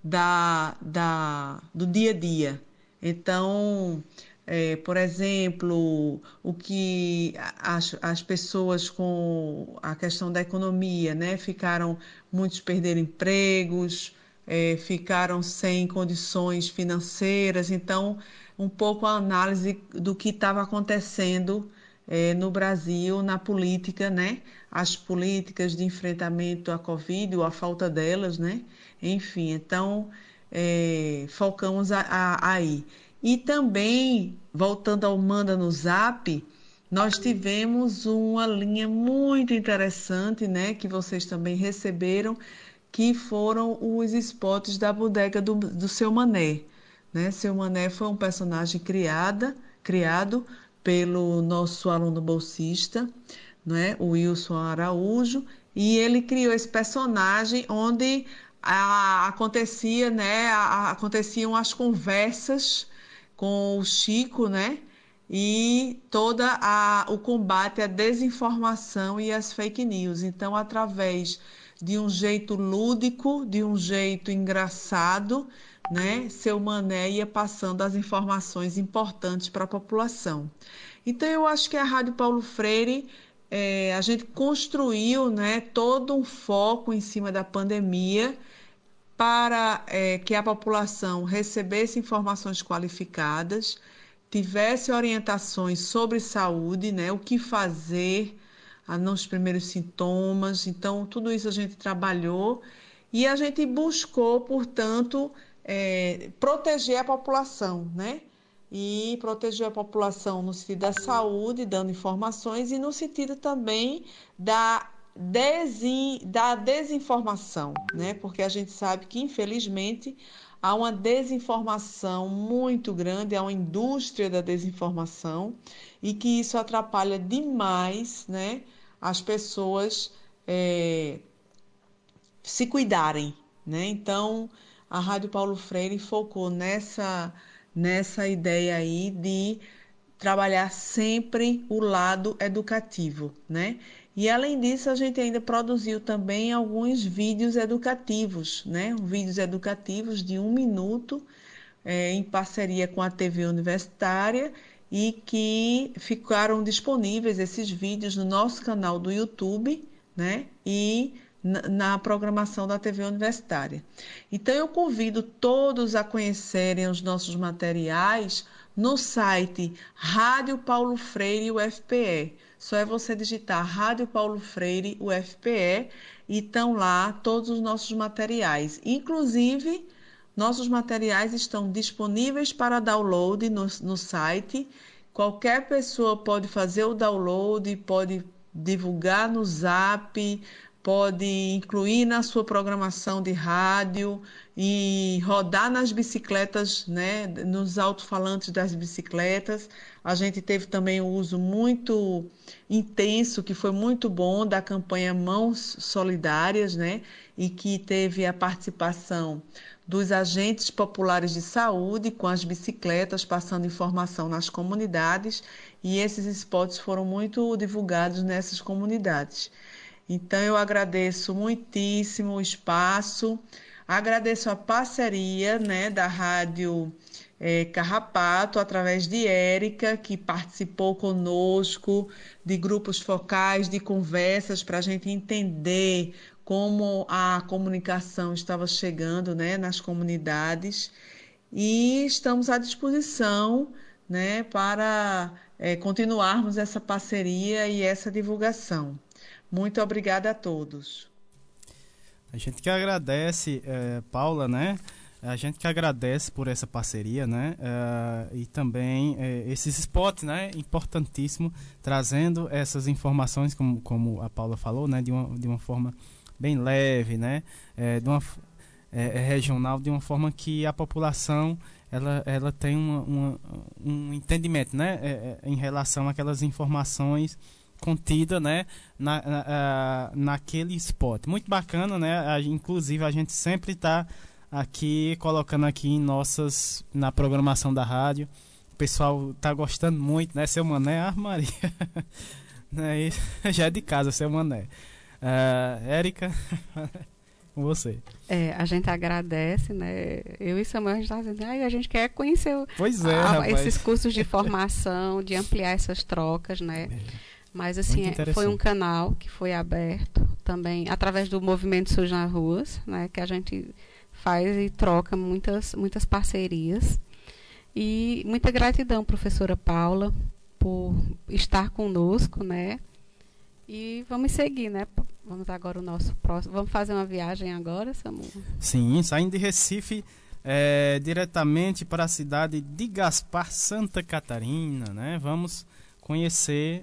do dia a dia. Então, por exemplo, o que as pessoas com a questão da economia, né? Muitos perderam empregos, ficaram sem condições financeiras. Então, um pouco a análise do que estava acontecendo no Brasil, na política, né? As políticas de enfrentamento à Covid ou a falta delas, né? Enfim, então, focamos aí. E também, voltando ao Manda no Zap, nós tivemos uma linha muito interessante, né, que vocês também receberam, que foram os spots da bodega do Seu Mané, né? Seu Mané foi um personagem criado pelo nosso aluno bolsista, né, o Wilson Araújo, e ele criou esse personagem onde aconteciam as conversas com o Chico, né? E todo o combate à desinformação e às fake news. Então, através de um jeito lúdico, de um jeito engraçado, né? Seu Mané ia passando as informações importantes para a população. Então, eu acho que a Rádio Paulo Freire, a gente construiu, né, todo um foco em cima da pandemia para que a população recebesse informações qualificadas, tivesse orientações sobre saúde, né, o que fazer nos primeiros sintomas. Então, tudo isso a gente trabalhou e a gente buscou, portanto, proteger a população, né? E proteger a população no sentido da saúde, dando informações, e no sentido também da desinformação, né? Porque a gente sabe que, infelizmente, há uma desinformação muito grande, há uma indústria da desinformação e que isso atrapalha demais, né, as pessoas se cuidarem, né? Então, a Rádio Paulo Freire focou nessa ideia aí de trabalhar sempre o lado educativo, né? E, além disso, a gente ainda produziu também alguns vídeos educativos, né? Vídeos educativos de 1 minuto, em parceria com a TV Universitária, e que ficaram disponíveis esses vídeos no nosso canal do YouTube, né? E na programação da TV Universitária. Então, eu convido todos a conhecerem os nossos materiais no site Rádio Paulo Freire UFPE. Só é você digitar Rádio Paulo Freire UFPE e estão lá todos os nossos materiais. Inclusive, nossos materiais estão disponíveis para download no site. Qualquer pessoa pode fazer o download, pode divulgar no Zap, pode incluir na sua programação de rádio e rodar nas bicicletas, né, nos alto-falantes das bicicletas. A gente teve também um uso muito intenso, que foi muito bom, da campanha Mãos Solidárias, né, e que teve a participação dos agentes populares de saúde com as bicicletas, passando informação nas comunidades, e esses spots foram muito divulgados nessas comunidades. Então, eu agradeço muitíssimo o espaço, agradeço a parceria, né, da Rádio Carrapato, através de Érica, que participou conosco de grupos focais, de conversas, para a gente entender como a comunicação estava chegando, né, nas comunidades. e estamos à disposição, né, para continuarmos essa parceria e essa divulgação. Muito obrigada a todos. A gente que agradece, Paula, né? A gente que agradece por essa parceria, né? E também esses spots, né? Importantíssimo, trazendo essas informações, como a Paula falou, né? De uma forma bem leve, né? Regional, de uma forma que a população ela tem um entendimento, né? Em relação àquelas informações contida, né, naquele spot. Muito bacana, né? Inclusive a gente sempre está aqui colocando aqui na programação da rádio. O pessoal tá gostando muito, né? Seu Mané, Maria. Né? Já é de casa, seu Mané. Érica, com você. A gente agradece, né? Eu e Samuel, a gente está dizendo, a gente quer conhecer esses cursos de formação, de ampliar essas trocas, né? Mas assim, foi um canal que foi aberto também através do Movimento SUS nas Ruas, né, que a gente faz e troca muitas parcerias. E muita gratidão, professora Paula, por estar conosco, né? E vamos seguir, né? Vamos agora o nosso próximo. Vamos fazer uma viagem agora, Samuel? Sim, saindo de Recife, diretamente para a cidade de Gaspar, Santa Catarina, né? Vamos conhecer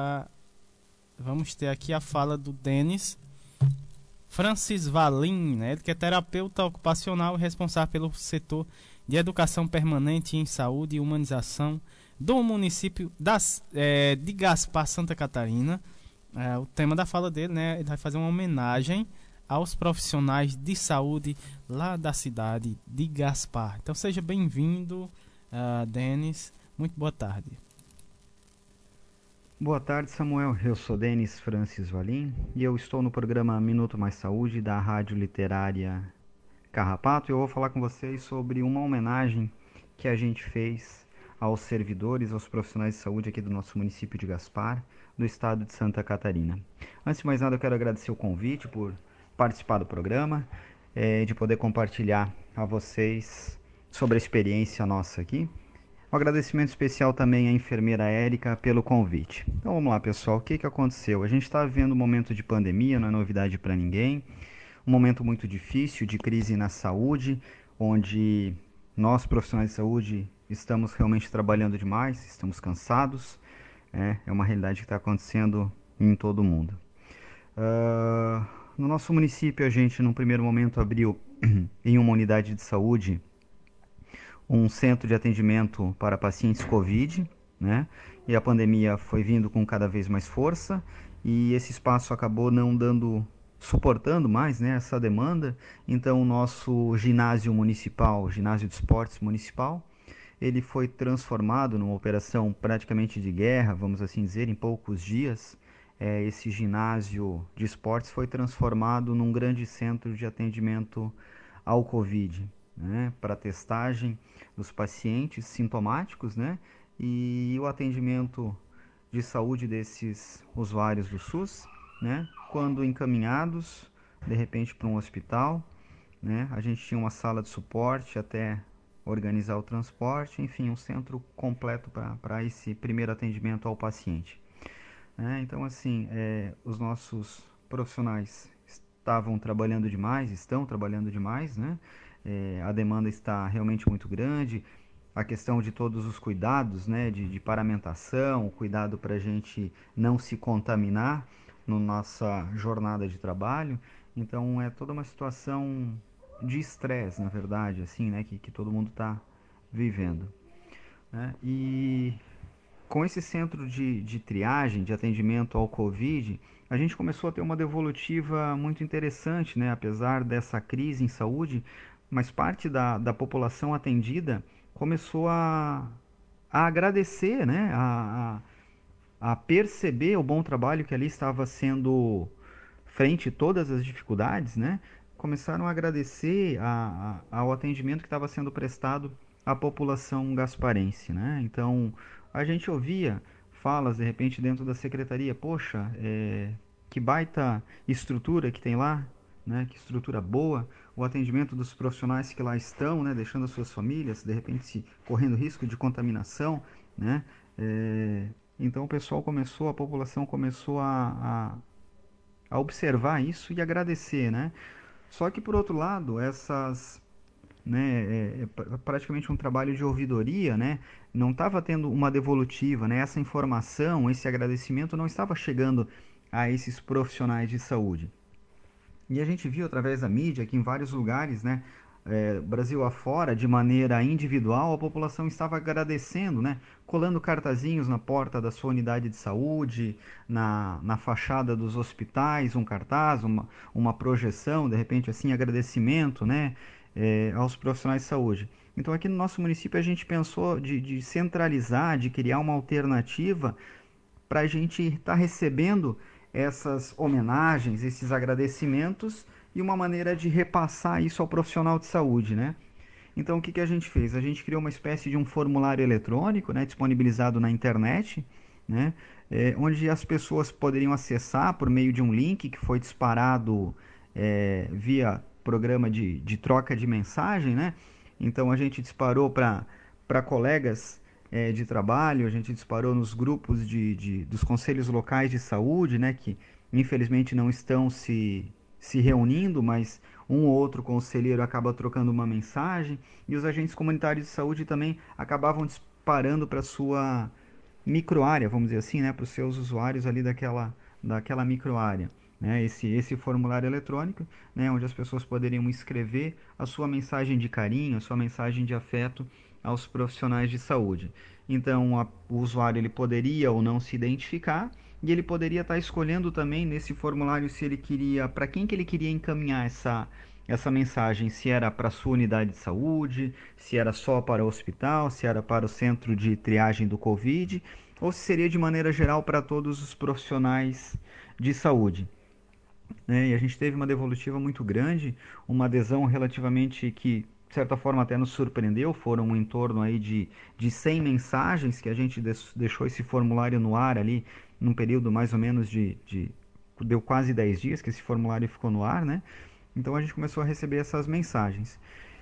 vamos ter aqui a fala do Denis Francis Valim, né? Ele que é terapeuta ocupacional e responsável pelo setor de educação permanente em saúde e humanização do município de Gaspar, Santa Catarina. O tema da fala dele, né? Ele vai fazer uma homenagem aos profissionais de saúde lá da cidade de Gaspar. Então seja bem-vindo, Denis. Muito boa tarde. Boa tarde, Samuel. Eu sou Denis Francis Valim e eu estou no programa Minuto Mais Saúde da Rádio Literária Carrapato. Eu vou falar com vocês sobre uma homenagem que a gente fez aos servidores, aos profissionais de saúde aqui do nosso município de Gaspar, do estado de Santa Catarina. Antes de mais nada, eu quero agradecer o convite por participar do programa, de poder compartilhar a vocês sobre a experiência nossa aqui. Um agradecimento especial também à enfermeira Érica pelo convite. Então vamos lá, pessoal, o que aconteceu? A gente está vivendo um momento de pandemia, não é novidade para ninguém, um momento muito difícil de crise na saúde, onde nós profissionais de saúde estamos realmente trabalhando demais, estamos cansados, é uma realidade que está acontecendo em todo o mundo. No nosso município, a gente, num primeiro momento, abriu em uma unidade de saúde um centro de atendimento para pacientes Covid, né? E a pandemia foi vindo com cada vez mais força e esse espaço acabou não suportando mais, né, essa demanda. Então o nosso ginásio municipal, ginásio de esportes municipal, ele foi transformado numa operação praticamente de guerra, vamos assim dizer, em poucos dias. Esse ginásio de esportes foi transformado num grande centro de atendimento ao Covid, né, para testagem dos pacientes sintomáticos, né, e o atendimento de saúde desses usuários do SUS, né, quando encaminhados de repente para um hospital, né, a gente tinha uma sala de suporte até organizar o transporte, enfim, um centro completo para esse primeiro atendimento ao paciente. Então, assim, os nossos profissionais estão trabalhando demais, né? A demanda está realmente muito grande, a questão de todos os cuidados, né, de paramentação, o cuidado para a gente não se contaminar na nossa jornada de trabalho. Então é toda uma situação de estresse, na verdade, assim, né, que todo mundo está vivendo, né? E com esse centro de triagem, de atendimento ao Covid, a gente começou a ter uma devolutiva muito interessante, né, apesar dessa crise em saúde, mas parte da população atendida começou a agradecer, né, a perceber o bom trabalho que ali estava sendo frente a todas as dificuldades, né, começaram a agradecer ao atendimento que estava sendo prestado à população gasparense, né. Então a gente ouvia falas de repente dentro da secretaria, poxa, que baita estrutura que tem lá, né, que estrutura boa, o atendimento dos profissionais que lá estão, né, deixando as suas famílias, de repente correndo risco de contaminação, né? Então a população começou a observar isso e agradecer, né? Só que por outro lado, né, praticamente um trabalho de ouvidoria, né? Não estava tendo uma devolutiva, né? Essa informação, esse agradecimento não estava chegando a esses profissionais de saúde. E a gente viu através da mídia que em vários lugares, né, Brasil afora, de maneira individual, a população estava agradecendo, né, colando cartazinhos na porta da sua unidade de saúde, na fachada dos hospitais, um cartaz, uma projeção, de repente assim, agradecimento, né, aos profissionais de saúde. Então aqui no nosso município a gente pensou de centralizar, de criar uma alternativa para a gente estar recebendo essas homenagens, esses agradecimentos e uma maneira de repassar isso ao profissional de saúde, né? Então o que a gente fez? A gente criou uma espécie de um formulário eletrônico, né, disponibilizado na internet, né, onde as pessoas poderiam acessar por meio de um link que foi disparado via programa de troca de mensagem, né? Então a gente disparou para colegas de trabalho, a gente disparou nos grupos dos conselhos locais de saúde, né, que infelizmente não estão se reunindo, mas um ou outro conselheiro acaba trocando uma mensagem, e os agentes comunitários de saúde também acabavam disparando para a sua microárea, vamos dizer assim, né, para os seus usuários ali daquela microárea. Né, esse formulário eletrônico, né, onde as pessoas poderiam escrever a sua mensagem de carinho, a sua mensagem de afeto aos profissionais de saúde. Então, o usuário ele poderia ou não se identificar, e ele poderia estar escolhendo também nesse formulário se ele queria, para quem que ele queria encaminhar essa mensagem, se era para a sua unidade de saúde, se era só para o hospital, se era para o centro de triagem do Covid, ou se seria de maneira geral para todos os profissionais de saúde. E a gente teve uma devolutiva muito grande, uma adesão relativamente que, de certa forma, até nos surpreendeu. Foram em torno aí de 100 mensagens que a gente deixou esse formulário no ar ali, num período mais ou menos deu quase 10 dias que esse formulário ficou no ar, né? Então a gente começou a receber essas mensagens.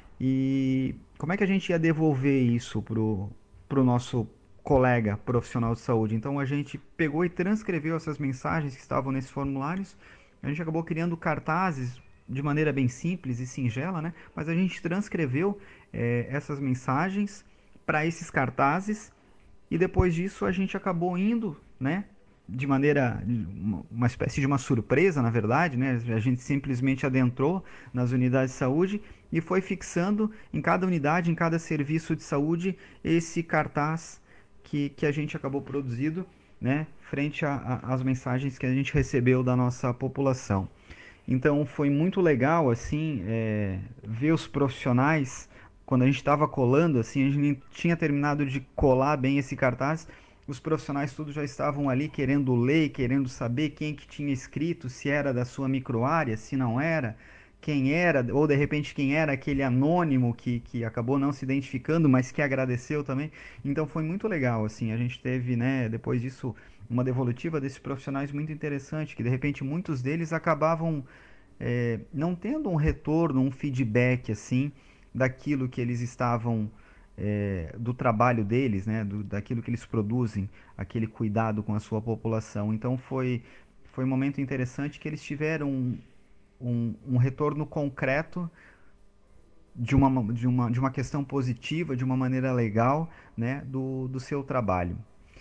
E como é que a gente ia devolver isso pro nosso colega profissional de saúde? Então a gente pegou e transcreveu essas mensagens que estavam nesses formulários. A gente acabou criando cartazes de maneira bem simples e singela, né? Mas a gente transcreveu essas mensagens para esses cartazes, e depois disso a gente acabou indo, né, de maneira, uma espécie de uma surpresa, na verdade, né? A gente simplesmente adentrou nas unidades de saúde e foi fixando em cada unidade, em cada serviço de saúde, esse cartaz que a gente acabou produzindo, né, frente às mensagens que a gente recebeu da nossa população. Então foi muito legal assim, ver os profissionais, quando a gente estava colando, assim, a gente tinha terminado de colar bem esse cartaz, os profissionais todos já estavam ali querendo ler, querendo saber quem que tinha escrito, se era da sua microárea, se não era, quem era, ou de repente quem era aquele anônimo que acabou não se identificando, mas que agradeceu também. Então foi muito legal, assim, a gente teve, né, depois disso, uma devolutiva desses profissionais muito interessante, que de repente muitos deles acabavam não tendo um retorno, um feedback, assim, daquilo que eles estavam, do trabalho deles, né, daquilo que eles produzem, aquele cuidado com a sua população. Então foi um momento interessante que eles tiveram um retorno concreto de uma questão positiva, de uma maneira legal, né, do seu trabalho.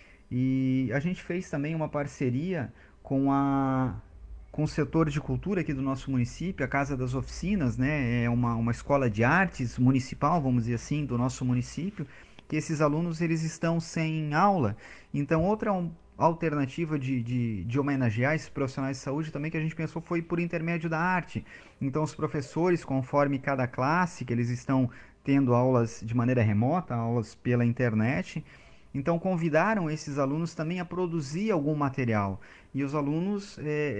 E a gente fez também uma parceria com o setor de cultura aqui do nosso município, a Casa das Oficinas, né, é uma escola de artes municipal, vamos dizer assim, do nosso município, que esses alunos eles estão sem aula. Então outra alternativa de homenagear esses profissionais de saúde também que a gente pensou foi por intermédio da arte. Então os professores, conforme cada classe, que eles estão tendo aulas de maneira remota, aulas pela internet, então convidaram esses alunos também a produzir algum material. E os alunos,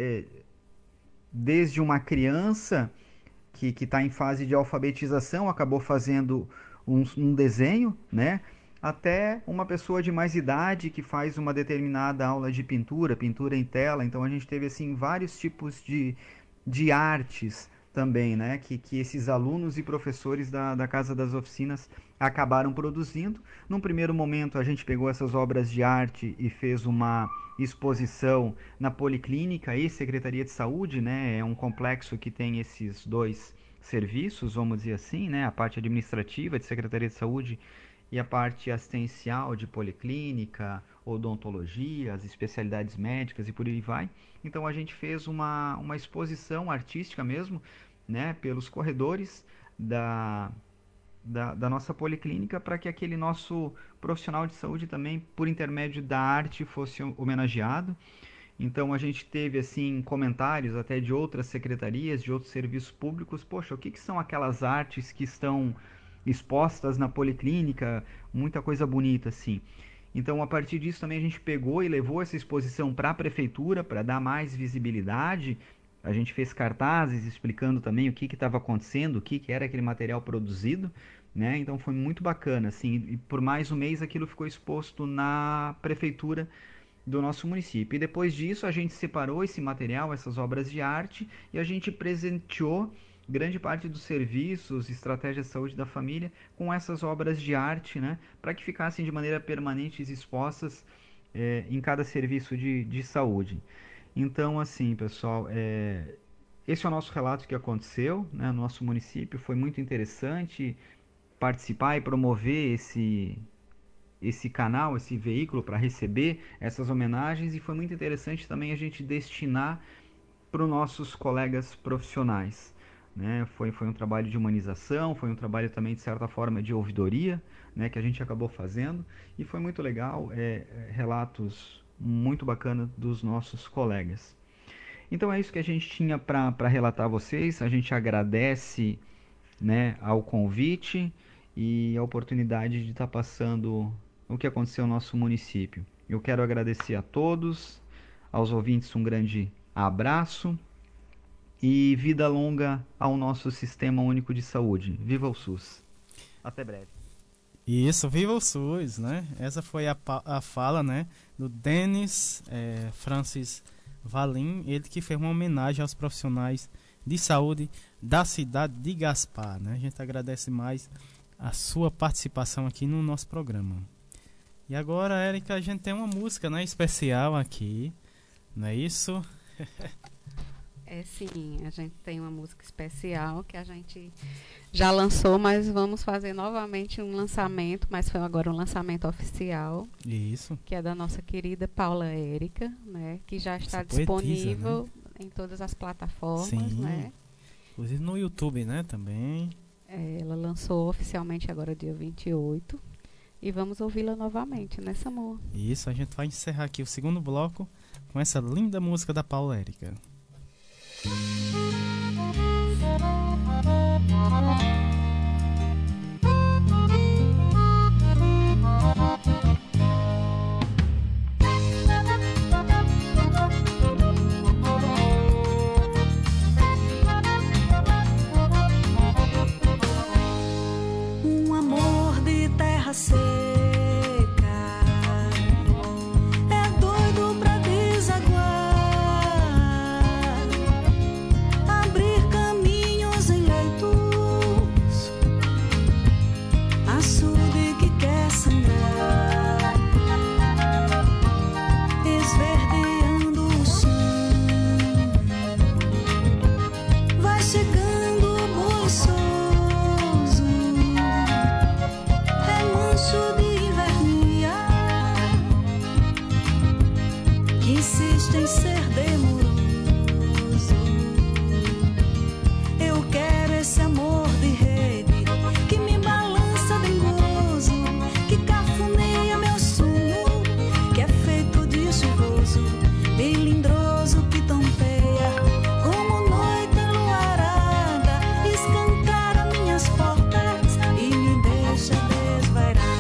desde uma criança que está em fase de alfabetização, acabou fazendo um desenho, né, até uma pessoa de mais idade que faz uma determinada aula de pintura em tela. Então a gente teve assim vários tipos de artes, também, né, que esses alunos e professores da Casa das Oficinas acabaram produzindo. Num primeiro momento, a gente pegou essas obras de arte e fez uma exposição na Policlínica e Secretaria de Saúde, né, é um complexo que tem esses dois serviços, vamos dizer assim, né, a parte administrativa de Secretaria de Saúde e a parte assistencial de Policlínica, odontologia, as especialidades médicas e por aí vai. Então a gente fez uma exposição artística mesmo, né, pelos corredores da nossa policlínica, para que aquele nosso profissional de saúde também, por intermédio da arte, fosse homenageado. Então a gente teve assim comentários até de outras secretarias, de outros serviços públicos. Poxa, o que são aquelas artes que estão expostas na policlínica? Muita coisa bonita assim. Então a partir disso também a gente pegou e levou essa exposição para a prefeitura para dar mais visibilidade. A gente fez cartazes explicando também o que estava acontecendo, o que era aquele material produzido, né? Então foi muito bacana assim, e por mais um mês aquilo ficou exposto na prefeitura do nosso município. E depois disso a gente separou esse material, essas obras de arte, e a gente presenteou grande parte dos serviços, estratégias de saúde da família com essas obras de arte, né, para que ficassem de maneira permanente expostas em cada serviço de saúde. Então, assim, pessoal, esse é o nosso relato que aconteceu, né, no nosso município. Foi muito interessante participar e promover esse canal, esse veículo para receber essas homenagens, e foi muito interessante também a gente destinar para os nossos colegas profissionais, né? Foi um trabalho de humanização, foi um trabalho também de certa forma de ouvidoria, né, que a gente acabou fazendo, e foi muito legal, relatos muito bacanas dos nossos colegas. Então é isso que a gente tinha para relatar a vocês. A gente agradece, né, ao convite e a oportunidade de estar passando o que aconteceu no nosso município. Eu quero agradecer a todos, aos ouvintes um grande abraço e vida longa ao nosso Sistema Único de Saúde. Viva o SUS! Até breve. Isso, viva o SUS, né? Essa foi a fala, né, do Denis Francis Valim, ele que fez uma homenagem aos profissionais de saúde da cidade de Gaspar, né? A gente agradece mais a sua participação aqui no nosso programa. E agora, Érica, a gente tem uma música, né, especial aqui, não é isso? Sim, a gente tem uma música especial que a gente já lançou, mas vamos fazer novamente um lançamento, mas foi agora um lançamento oficial. Isso. Que é da nossa querida Paula Érica, né, que já está disponível, né, em todas as plataformas. Sim. Né? Inclusive no YouTube, né, também. Ela lançou oficialmente agora dia 28. E vamos ouvi-la novamente, né, Samu? Isso, a gente vai encerrar aqui o segundo bloco com essa linda música da Paula Érica. Um amor de terra seca é doido pra desaguar, abrir caminhos em leitos, açude que quer sangrar, esverdeando o som, vai chegando o buliçoso, remanso de invernia, que insiste em ser demoroso. Eu quero esse amor de rede que me balança dengoso, que cafuneia meu sono, que é feito de chuvoso, melindroso que tompeia como noite enluarada, escancara minhas portas e me deixa desvairada.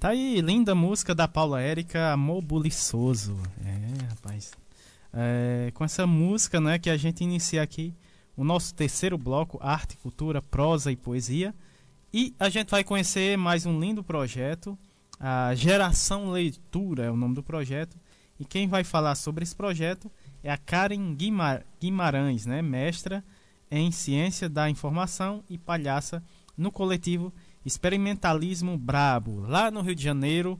Tá aí, linda música da Paula Érica, Amor Buliçoso. Rapaz. Com essa música, né, que a gente inicia aqui o nosso terceiro bloco, Arte, Cultura, Prosa e Poesia. E a gente vai conhecer mais um lindo projeto, a Geração Leitura é o nome do projeto. E quem vai falar sobre esse projeto é a Karen Guimarães, né, mestra em Ciência da Informação e palhaça no coletivo Experimentalismo Brabo, lá no Rio de Janeiro.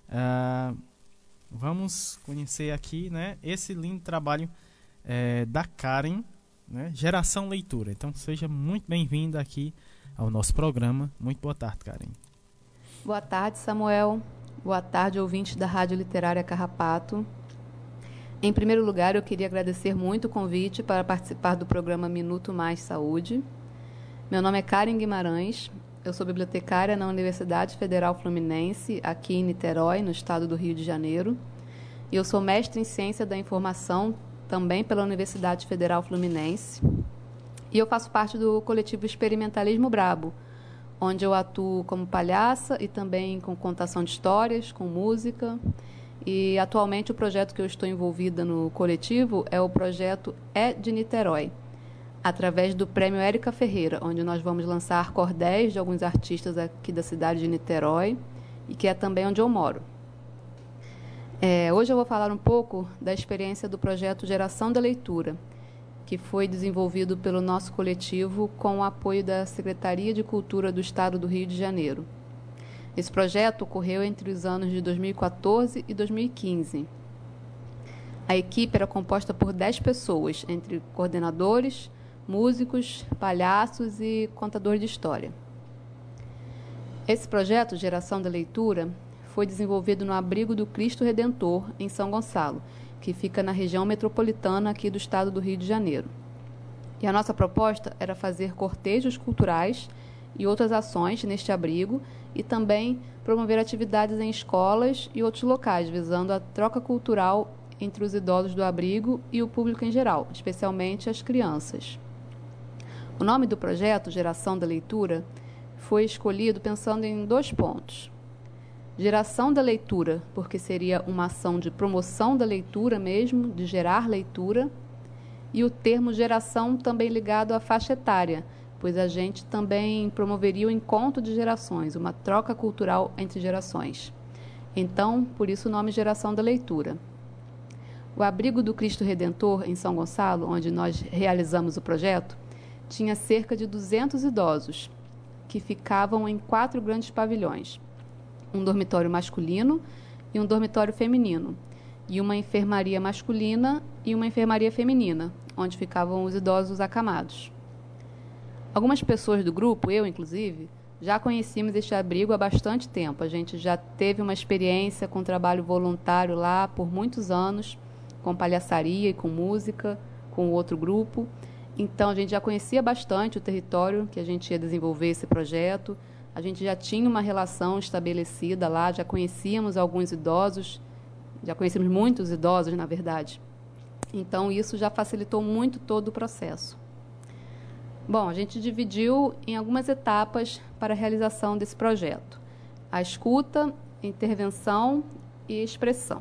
Vamos conhecer aqui, né, esse lindo trabalho da Karen, né, Geração Leitura. Então seja muito bem-vinda aqui ao nosso programa. Muito boa tarde, Karen. Boa tarde, Samuel. Boa tarde, ouvintes da Rádio Literária Carrapato. Em primeiro lugar, eu queria agradecer muito o convite para participar do programa Minuto Mais Saúde. Meu nome é Karen Guimarães. Eu sou bibliotecária na Universidade Federal Fluminense, aqui em Niterói, no estado do Rio de Janeiro. E eu sou mestre em Ciência da Informação, também pela Universidade Federal Fluminense. E eu faço parte do coletivo Experimentalismo Brabo, onde eu atuo como palhaça e também com contação de histórias, com música. E, atualmente, o projeto que eu estou envolvida no coletivo é o projeto É de Niterói, através do Prêmio Érica Ferreira, onde nós vamos lançar cordéis de alguns artistas aqui da cidade de Niterói, e que é também onde eu moro. Hoje eu vou falar um pouco da experiência do projeto Geração da Leitura, que foi desenvolvido pelo nosso coletivo com o apoio da Secretaria de Cultura do Estado do Rio de Janeiro. Esse projeto ocorreu entre os anos de 2014 e 2015. A equipe era composta por 10 pessoas, entre coordenadores, músicos, palhaços e contadores de história. Esse projeto, Geração da Leitura, foi desenvolvido no Abrigo do Cristo Redentor, em São Gonçalo, que fica na região metropolitana aqui do estado do Rio de Janeiro. E a nossa proposta era fazer cortejos culturais e outras ações neste abrigo e também promover atividades em escolas e outros locais, visando a troca cultural entre os idosos do abrigo e o público em geral, especialmente as crianças. O nome do projeto, Geração da Leitura, foi escolhido pensando em 2 pontos. Geração da leitura, porque seria uma ação de promoção da leitura mesmo, de gerar leitura, e o termo geração também ligado à faixa etária, pois a gente também promoveria o encontro de gerações, uma troca cultural entre gerações. Então, por isso o nome Geração da Leitura. O Abrigo do Cristo Redentor, em São Gonçalo, onde nós realizamos o projeto, tinha cerca de 200 idosos, que ficavam em 4 grandes pavilhões. Um dormitório masculino e um dormitório feminino, e uma enfermaria masculina e uma enfermaria feminina, onde ficavam os idosos acamados. Algumas pessoas do grupo, eu inclusive, já conhecíamos este abrigo há bastante tempo. A gente já teve uma experiência com trabalho voluntário lá por muitos anos, com palhaçaria e com música, com outro grupo. Então, a gente já conhecia bastante o território que a gente ia desenvolver esse projeto. A gente já tinha uma relação estabelecida lá, já conhecíamos alguns idosos, já conhecemos muitos idosos, na verdade. Então, isso já facilitou muito todo o processo. Bom, a gente dividiu em algumas etapas para a realização desse projeto: a escuta, intervenção e expressão.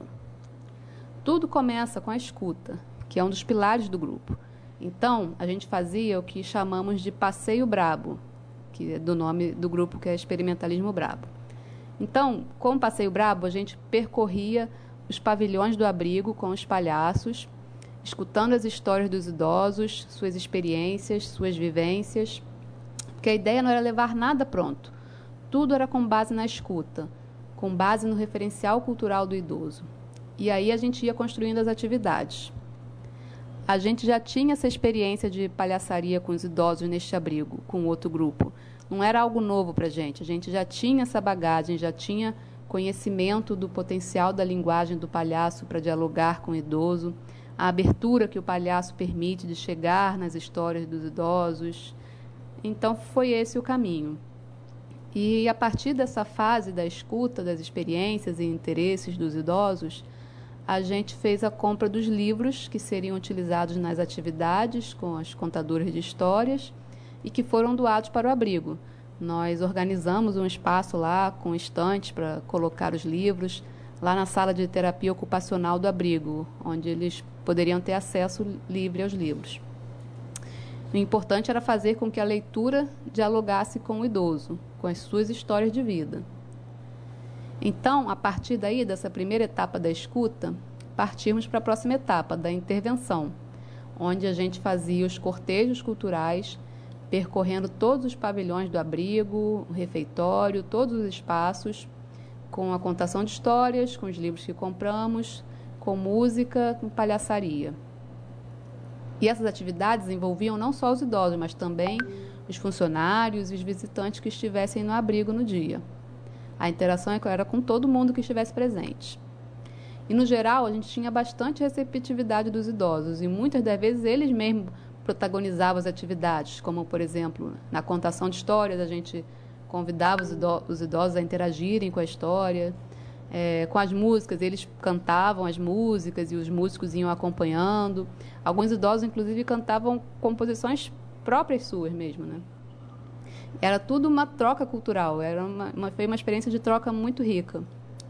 Tudo começa com a escuta, que é um dos pilares do grupo. Então, a gente fazia o que chamamos de Passeio Brabo, que é do nome do grupo, que é Experimentalismo Brabo. Então, com o Passeio Brabo, a gente percorria os pavilhões do abrigo com os palhaços, escutando as histórias dos idosos, suas experiências, suas vivências, porque a ideia não era levar nada pronto. Tudo era com base na escuta, com base no referencial cultural do idoso. E aí a gente ia construindo as atividades. A gente já tinha essa experiência de palhaçaria com os idosos neste abrigo, com outro grupo. Não era algo novo para a gente já tinha essa bagagem, já tinha conhecimento do potencial da linguagem do palhaço para dialogar com o idoso, a abertura que o palhaço permite de chegar nas histórias dos idosos. Então, foi esse o caminho. E, a partir dessa fase da escuta das experiências e interesses dos idosos, a gente fez a compra dos livros que seriam utilizados nas atividades com as contadoras de histórias e que foram doados para o abrigo. nós organizamos um espaço lá com estantes para colocar os livros, lá na sala de terapia ocupacional do abrigo, onde eles poderiam ter acesso livre aos livros. O importante era fazer com que a leitura dialogasse com o idoso, com as suas histórias de vida. Então, a partir daí, dessa primeira etapa da escuta, partimos para a próxima etapa, da intervenção, onde a gente fazia os cortejos culturais, percorrendo todos os pavilhões do abrigo, o refeitório, todos os espaços, com a contação de histórias, com os livros que compramos, com música, com palhaçaria. E essas atividades envolviam não só os idosos, mas também os funcionários e os visitantes que estivessem no abrigo no dia. A interação era com todo mundo que estivesse presente. E, no geral, a gente tinha bastante receptividade dos idosos e muitas das vezes eles mesmos protagonizavam as atividades, como, por exemplo, na contação de histórias, a gente convidava os idosos a interagirem com a história. Com as músicas, eles cantavam as músicas e os músicos iam acompanhando. Alguns idosos, inclusive, cantavam composições próprias suas mesmo, né? Era tudo uma troca cultural, foi uma experiência de troca muito rica.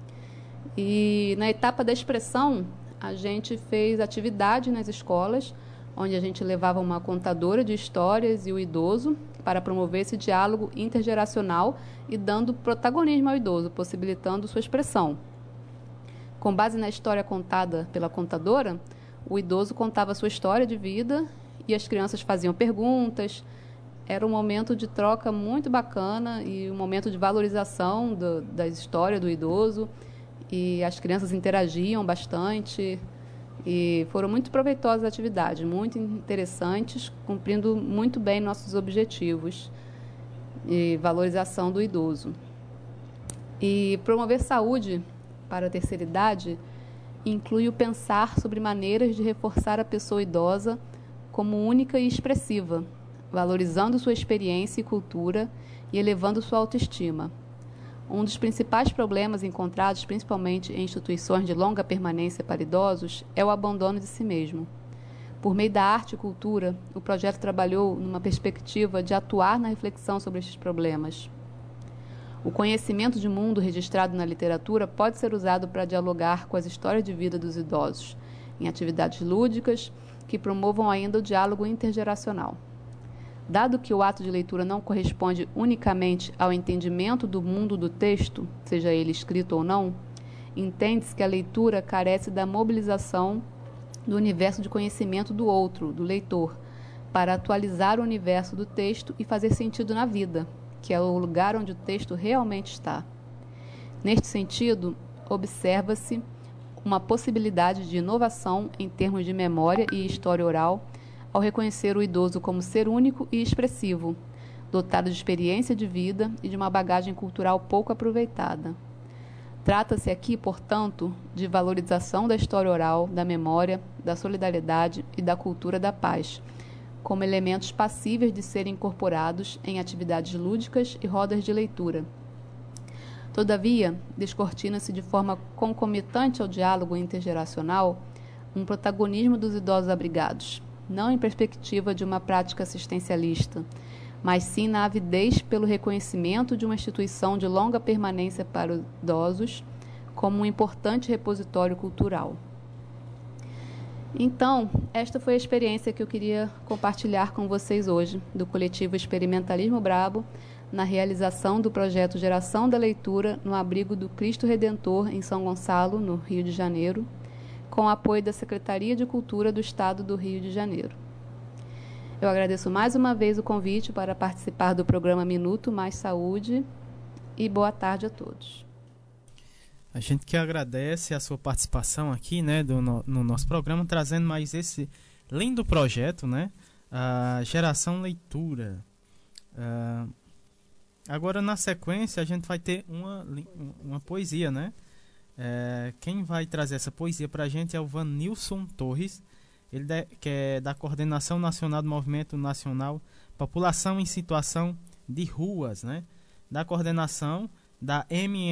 E na etapa da expressão, a gente fez atividades nas escolas, onde a gente levava uma contadora de histórias e o idoso para promover esse diálogo intergeracional e dando protagonismo ao idoso, possibilitando sua expressão. Com base na história contada pela contadora, o idoso contava sua história de vida e as crianças faziam perguntas. Era um momento de troca muito bacana e um momento de valorização da história do idoso, e as crianças interagiam bastante. E foram muito proveitosas as atividades, muito interessantes, cumprindo muito bem nossos objetivos e valorização do idoso. E promover saúde para a terceira idade inclui o pensar sobre maneiras de reforçar a pessoa idosa como única e expressiva, valorizando sua experiência e cultura e elevando sua autoestima. Um dos principais problemas encontrados, principalmente em instituições de longa permanência para idosos, é o abandono de si mesmo. Por meio da arte e cultura, o projeto trabalhou numa perspectiva de atuar na reflexão sobre estes problemas. O conhecimento de mundo registrado na literatura pode ser usado para dialogar com as histórias de vida dos idosos, em atividades lúdicas que promovam ainda o diálogo intergeracional. Dado que o ato de leitura não corresponde unicamente ao entendimento do mundo do texto, seja ele escrito ou não, entende-se que a leitura carece da mobilização do universo de conhecimento do outro, do leitor, para atualizar o universo do texto e fazer sentido na vida, que é o lugar onde o texto realmente está. Neste sentido, observa-se uma possibilidade de inovação em termos de memória e história oral, ao reconhecer o idoso como ser único e expressivo, dotado de experiência de vida e de uma bagagem cultural pouco aproveitada. Trata-se aqui, portanto, de valorização da história oral, da memória, da solidariedade e da cultura da paz, como elementos passíveis de serem incorporados em atividades lúdicas e rodas de leitura. Todavia, descortina-se de forma concomitante ao diálogo intergeracional um protagonismo dos idosos abrigados, não em perspectiva de uma prática assistencialista, mas sim na avidez pelo reconhecimento de uma instituição de longa permanência para os idosos como um importante repositório cultural. Então, esta foi a experiência que eu queria compartilhar com vocês hoje, do coletivo Experimentalismo Brabo, na realização do projeto Geração da Leitura no abrigo do Cristo Redentor, em São Gonçalo, no Rio de Janeiro, com o apoio da Secretaria de Cultura do Estado do Rio de Janeiro. Eu agradeço mais uma vez o convite para participar do programa Minuto Mais Saúde e boa tarde a todos. A gente que agradece a sua participação aqui, né, no nosso programa, trazendo mais esse lindo projeto, né, a Geração Leitura. Agora, na sequência, a gente vai ter uma poesia, né? Quem vai trazer essa poesia para a gente é o Vanilson Torres, ele que é da Coordenação Nacional do Movimento Nacional População em Situação de Ruas, né? Da coordenação da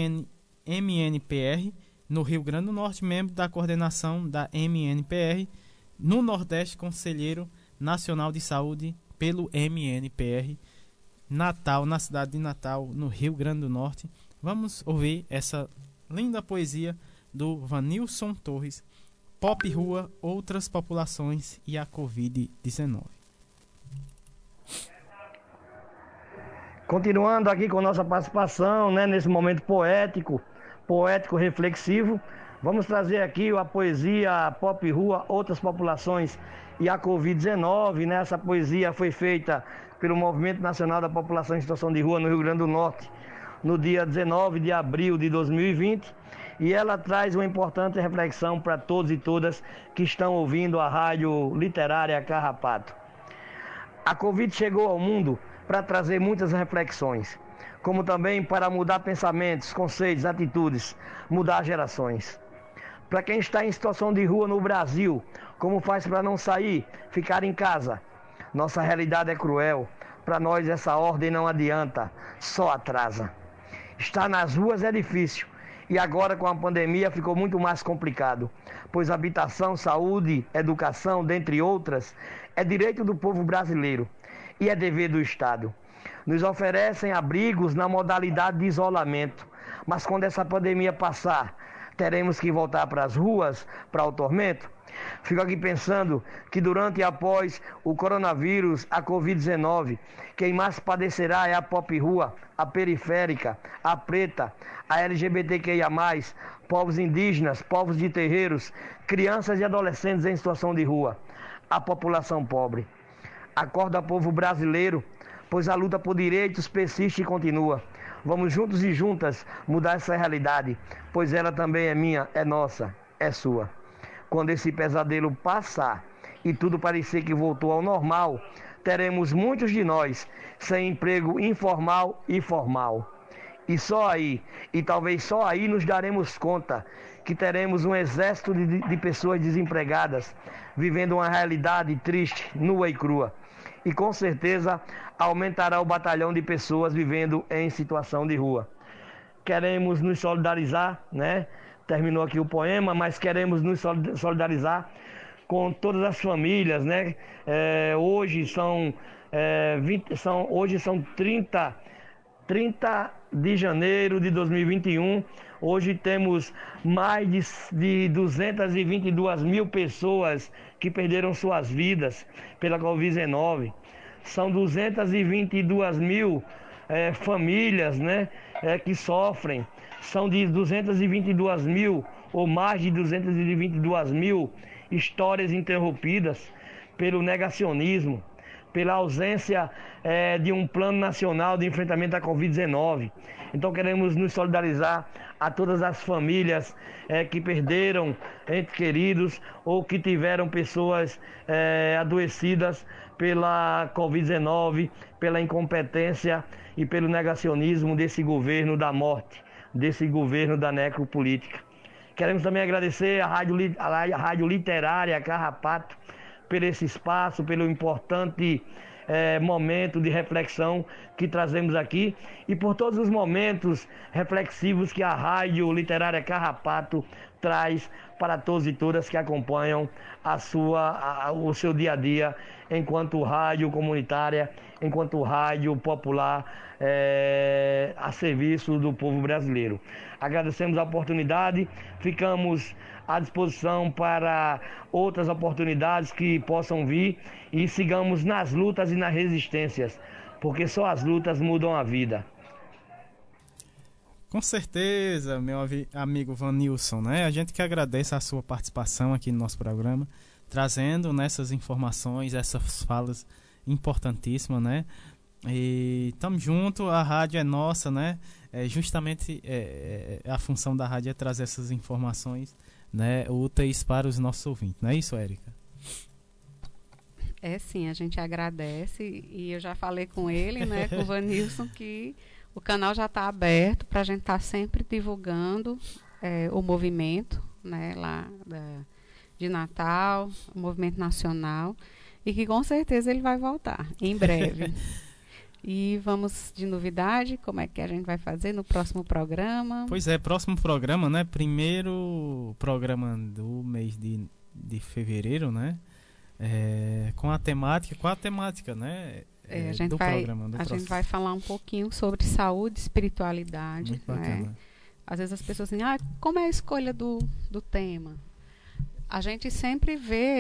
MNPR no Rio Grande do Norte, membro da coordenação da MNPR no Nordeste, Conselheiro Nacional de Saúde pelo MNPR. Natal, na cidade de Natal, no Rio Grande do Norte. Vamos ouvir essa linda poesia do Vanilson Torres, Pop Rua, Outras Populações e a Covid-19. Continuando aqui com nossa participação, né, nesse momento poético reflexivo, vamos trazer aqui a poesia Pop Rua, Outras Populações e a Covid-19. Né? Essa poesia foi feita pelo Movimento Nacional da População em Situação de Rua no Rio Grande do Norte, no dia 19 de abril de 2020, e ela traz uma importante reflexão para todos e todas que estão ouvindo a Rádio Literária Carrapato. A Covid chegou ao mundo para trazer muitas reflexões, como também para mudar pensamentos, conceitos, atitudes, mudar gerações. Para quem está em situação de rua no Brasil, como faz para não sair, ficar em casa? Nossa realidade é cruel, para nós essa ordem não adianta, só atrasa. Estar nas ruas é difícil, e agora com a pandemia ficou muito mais complicado, pois habitação, saúde, educação, dentre outras, é direito do povo brasileiro e é dever do Estado. Nos oferecem abrigos na modalidade de isolamento, mas quando essa pandemia passar, teremos que voltar para as ruas, para o tormento? Fico aqui pensando que durante e após o coronavírus, a Covid-19, quem mais padecerá é a Pop Rua, a periférica, a preta, a LGBTQIA+, povos indígenas, povos de terreiros, crianças e adolescentes em situação de rua, a população pobre. Acorda, povo brasileiro, pois a luta por direitos persiste e continua. Vamos juntos e juntas mudar essa realidade, pois ela também é minha, é nossa, é sua. Quando esse pesadelo passar e tudo parecer que voltou ao normal, teremos muitos de nós sem emprego informal e formal. E só aí, e talvez só aí, nos daremos conta que teremos um exército de pessoas desempregadas, vivendo uma realidade triste, nua e crua. E com certeza aumentará o batalhão de pessoas vivendo em situação de rua. Queremos nos solidarizar, né? Terminou aqui o poema, mas queremos nos solidarizar com todas as famílias, né? Hoje são 30 de janeiro de 2021. Hoje temos mais de 222 mil pessoas que perderam suas vidas pela Covid-19. São 222 mil famílias, né, que sofrem. São de 222 mil ou mais de 222 mil histórias interrompidas pelo negacionismo, pela ausência de um plano nacional de enfrentamento à Covid-19. Então queremos nos solidarizar a todas as famílias que perderam entes queridos ou que tiveram pessoas adoecidas pela Covid-19, pela incompetência e pelo negacionismo desse governo da morte, desse governo da necropolítica. Queremos também agradecer a Rádio Literária Carrapato por esse espaço, pelo importante momento de reflexão que trazemos aqui e por todos os momentos reflexivos que a Rádio Literária Carrapato traz para todos e todas que acompanham o seu dia a dia enquanto rádio comunitária, enquanto rádio popular a serviço do povo brasileiro. Agradecemos a oportunidade, ficamos à disposição para outras oportunidades que possam vir e sigamos nas lutas e nas resistências, porque só as lutas mudam a vida. Com certeza, meu amigo Vanilson, né? A gente que agradece a sua participação aqui no nosso programa, trazendo nessas informações, essas falas importantíssimas, né? E estamos juntos, a rádio é nossa, né? Justamente a função da rádio é trazer essas informações, né, úteis para os nossos ouvintes, não é isso, Érica? É sim, a gente agradece e eu já falei com ele, né, com o Vanilson, que o canal já está aberto para a gente estar sempre divulgando o movimento, né, lá de Natal, o movimento nacional, e que com certeza ele vai voltar em breve. E vamos de novidade, como é que a gente vai fazer no próximo programa? Pois é, próximo programa, né? Primeiro programa do mês de fevereiro, né? Com a temática, né? A gente vai falar um pouquinho sobre saúde e espiritualidade. Muito bacana. Né? Às vezes as pessoas dizem, como é a escolha do tema? A gente sempre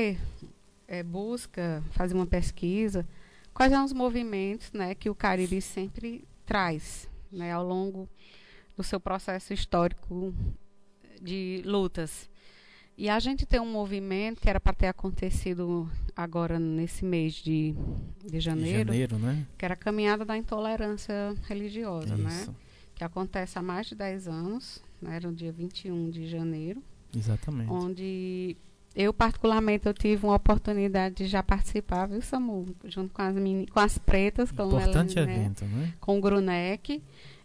busca fazer uma pesquisa, quais são os movimentos, né, que o Cariri sempre traz, né, ao longo do seu processo histórico de lutas. E a gente tem um movimento que era para ter acontecido agora nesse mês de janeiro, né? Que era a Caminhada da Intolerância Religiosa, né? Que acontece há mais de 10 anos, né? Era no dia 21 de janeiro. Exatamente. Onde eu, particularmente, eu tive uma oportunidade de já participar, viu, Samu? Junto com as pretas, com importante evento, né? Com o Grunec.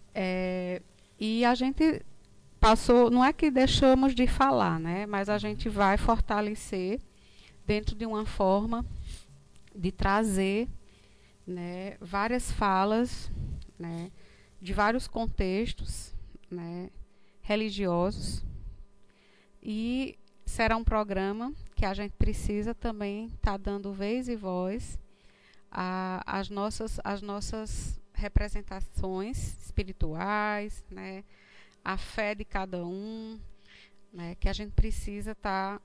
E a gente passou, não é que deixamos de falar, né? Mas a gente vai fortalecer dentro de uma forma de trazer, né, várias falas, né, de vários contextos, né, religiosos. E será um programa que a gente precisa também estar dando vez e voz às nossas representações espirituais, né, a fé de cada um, né, que a gente precisa estar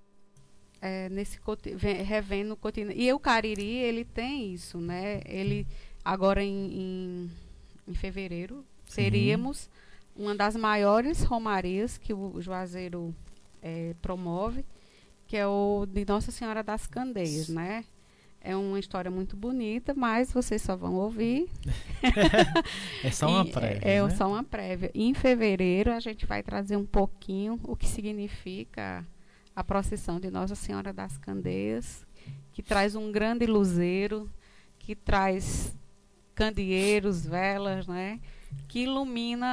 revendo o cotidiano. E o Cariri, ele tem isso, né? Ele agora em fevereiro teríamos uma das maiores romarias que o Juazeiro promove, que é o de Nossa Senhora das Candeias, né? É uma história muito bonita, mas vocês só vão ouvir. É só uma prévia. Só uma prévia. Em fevereiro a gente vai trazer um pouquinho o que significa a procissão de Nossa Senhora das Candeias, que traz um grande luzeiro, que traz candeeiros, velas, né? Que ilumina,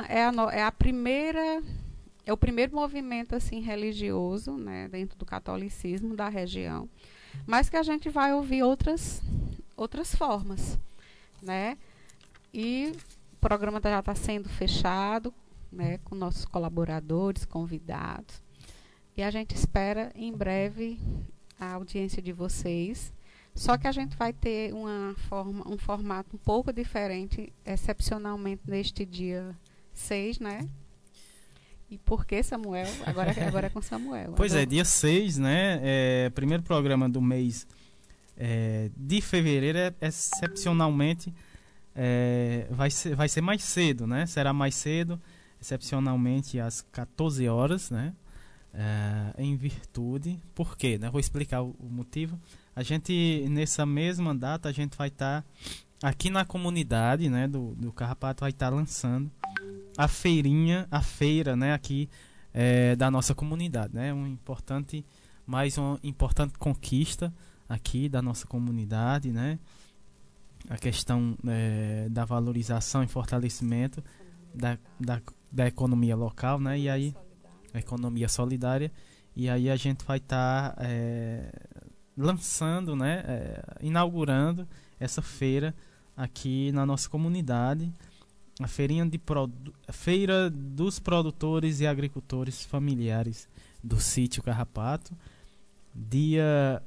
é o primeiro movimento assim religioso, né, dentro do catolicismo da região, mas que a gente vai ouvir outras formas, né? E o programa já está sendo fechado, né, com nossos colaboradores, convidados, e a gente espera em breve a audiência de vocês. Só que a gente vai ter um formato um pouco diferente, excepcionalmente neste dia 6, né? E por que, Samuel? Agora é com Samuel. Pois dia 6, né? Primeiro programa do mês de fevereiro, excepcionalmente, vai ser mais cedo, né? Será mais cedo, excepcionalmente às 14 horas, né? Em virtude. Por quê? Né? Vou explicar o motivo. A gente, nessa mesma data, a gente vai estar aqui na comunidade, né, do Carrapato, vai estar lançando a feira, né, aqui da nossa comunidade, né, mais uma importante conquista aqui da nossa comunidade, né, a questão da valorização e fortalecimento da economia local, né, e aí a economia solidária, e aí a gente vai estar lançando, né, inaugurando essa feira aqui na nossa comunidade, a Feira dos Produtores e Agricultores Familiares do Sítio Carrapato, dia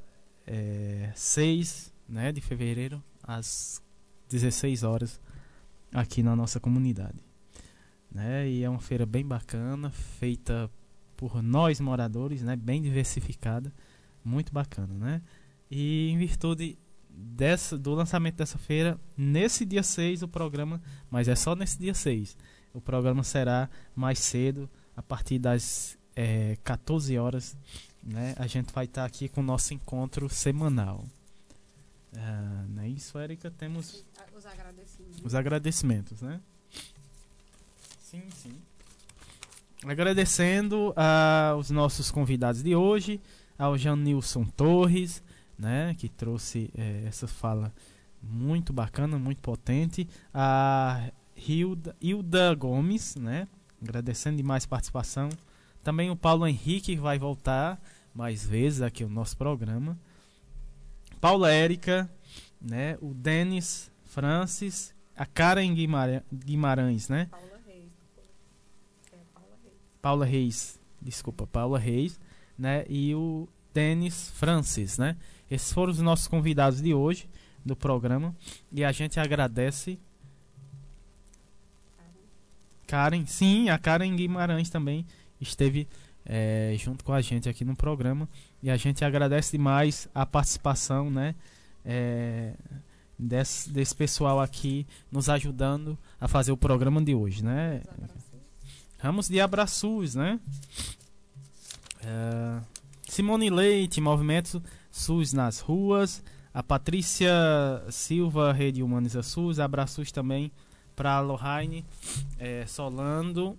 6, né, de fevereiro, às 16 horas, aqui na nossa comunidade, né, e é uma feira bem bacana, feita por nós moradores, né, bem diversificada, muito bacana, né? E em virtude do lançamento dessa feira, nesse dia 6 o programa, mas é só nesse dia 6, o programa será mais cedo, a partir das 14 horas, né? A gente vai estar aqui com o nosso encontro semanal. Não é isso, Érica? Temos os agradecimentos, né? Sim. Agradecendo aos nossos convidados de hoje, ao Janilson Torres, né, que trouxe essa fala muito bacana, muito potente, a Hilda Gomes, né, agradecendo demais a participação, também o Paulo Henrique, que vai voltar mais vezes aqui no nosso programa, Paula Érica, né, o Denis Francis, a Karen Guimarães, né, Paula Reis, né, e o Denis Francis, né? Esses foram os nossos convidados de hoje. do programa. E a gente agradece. Karen, sim, a Karen Guimarães também esteve junto com a gente aqui no programa. E a gente agradece demais a participação, né? Desse pessoal aqui nos ajudando a fazer o programa de hoje, né? Ramos de Abraços, né? Simone Leite, Movimento SUS nas ruas. A Patrícia Silva, Rede Humaniza SUS. Abraços também para a Lohane Solano,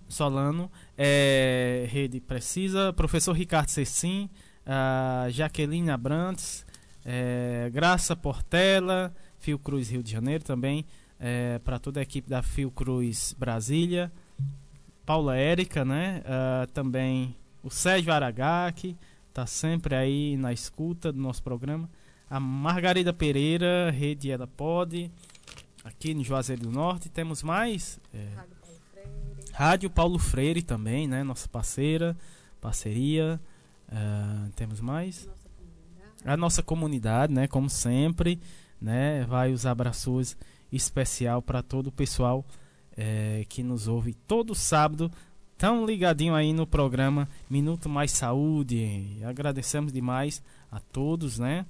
Rede Precisa. Professor Ricardo Cecim, Jaqueline Abrantes, Graça Portela, Fiocruz Rio de Janeiro também, para toda a equipe da Fiocruz Brasília. Paula Érica, né? Também o Sérgio Aragaki, tá sempre aí na escuta do nosso programa. A Margarida Pereira, Rede Ela Pode, aqui no Juazeiro do Norte. Temos mais? Rádio Paulo Freire também, né? Nossa parceria. Temos mais? A nossa comunidade, né? Como sempre, né? Vai os abraços especial para todo o pessoal que nos ouve todo sábado, tão ligadinho aí no programa Minuto Mais Saúde. Agradecemos demais a todos, né?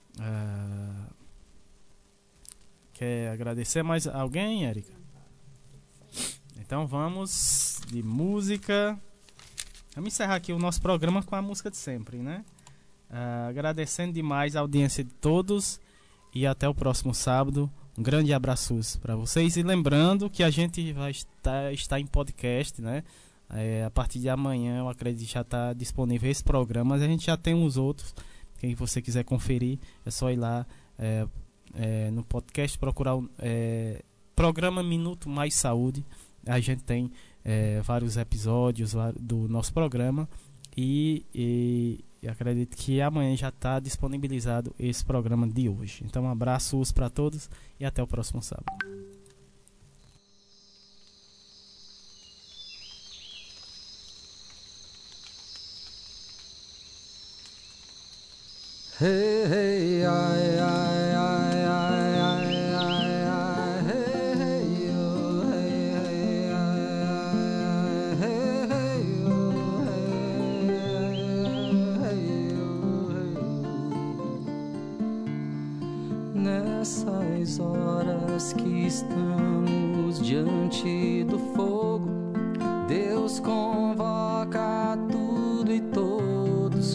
Quer agradecer mais alguém, Érica? Então vamos de música. Vamos encerrar aqui o nosso programa com a música de sempre, né? Agradecendo demais a audiência de todos e até o próximo sábado. Um grande abraço para vocês e lembrando que a gente vai estar em podcast, né? A partir de amanhã, eu acredito que já está disponível esse programa, mas a gente já tem uns outros. Quem você quiser conferir, é só ir lá no podcast, procurar o programa Minuto Mais Saúde. A gente tem vários episódios do nosso programa e acredito que amanhã já está disponibilizado esse programa de hoje. Então, abraços para todos e até o próximo sábado. Hey, hey, ai, ai, ai, ai, ai, ai, ai, hey, hey, oh, hey, hey, ai, ai, hey, hey, oh, hey, hey, hey, nessas horas que estamos diante do fogo, Deus convoca tudo e todos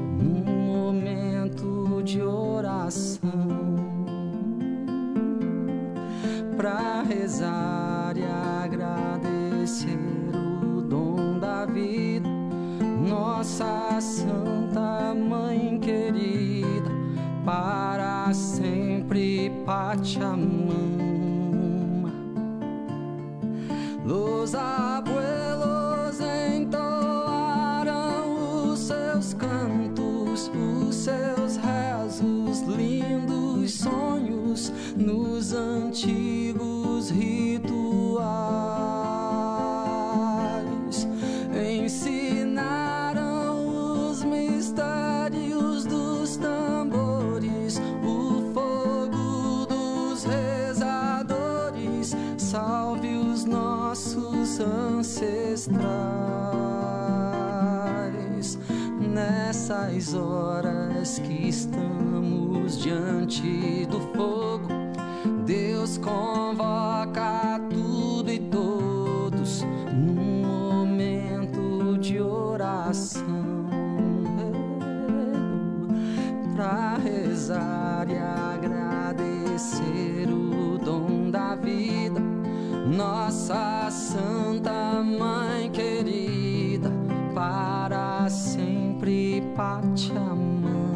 de oração pra rezar e agradecer o dom da vida, nossa Santa Mãe querida, para sempre Pachamama. Los abuelos entoaram os seus cantos, os seus rezos, lindos sonhos nos antigos rituais. Ensinaram os mistérios dos tambores, o fogo dos rezadores. Salve os nossos ancestrais. Nessas horas que estamos diante do fogo, Deus convoca tudo e todos num momento de oração pra rezar e agradecer o dom da vida, nossa Santa Mãe querida, para sempre Pachamama.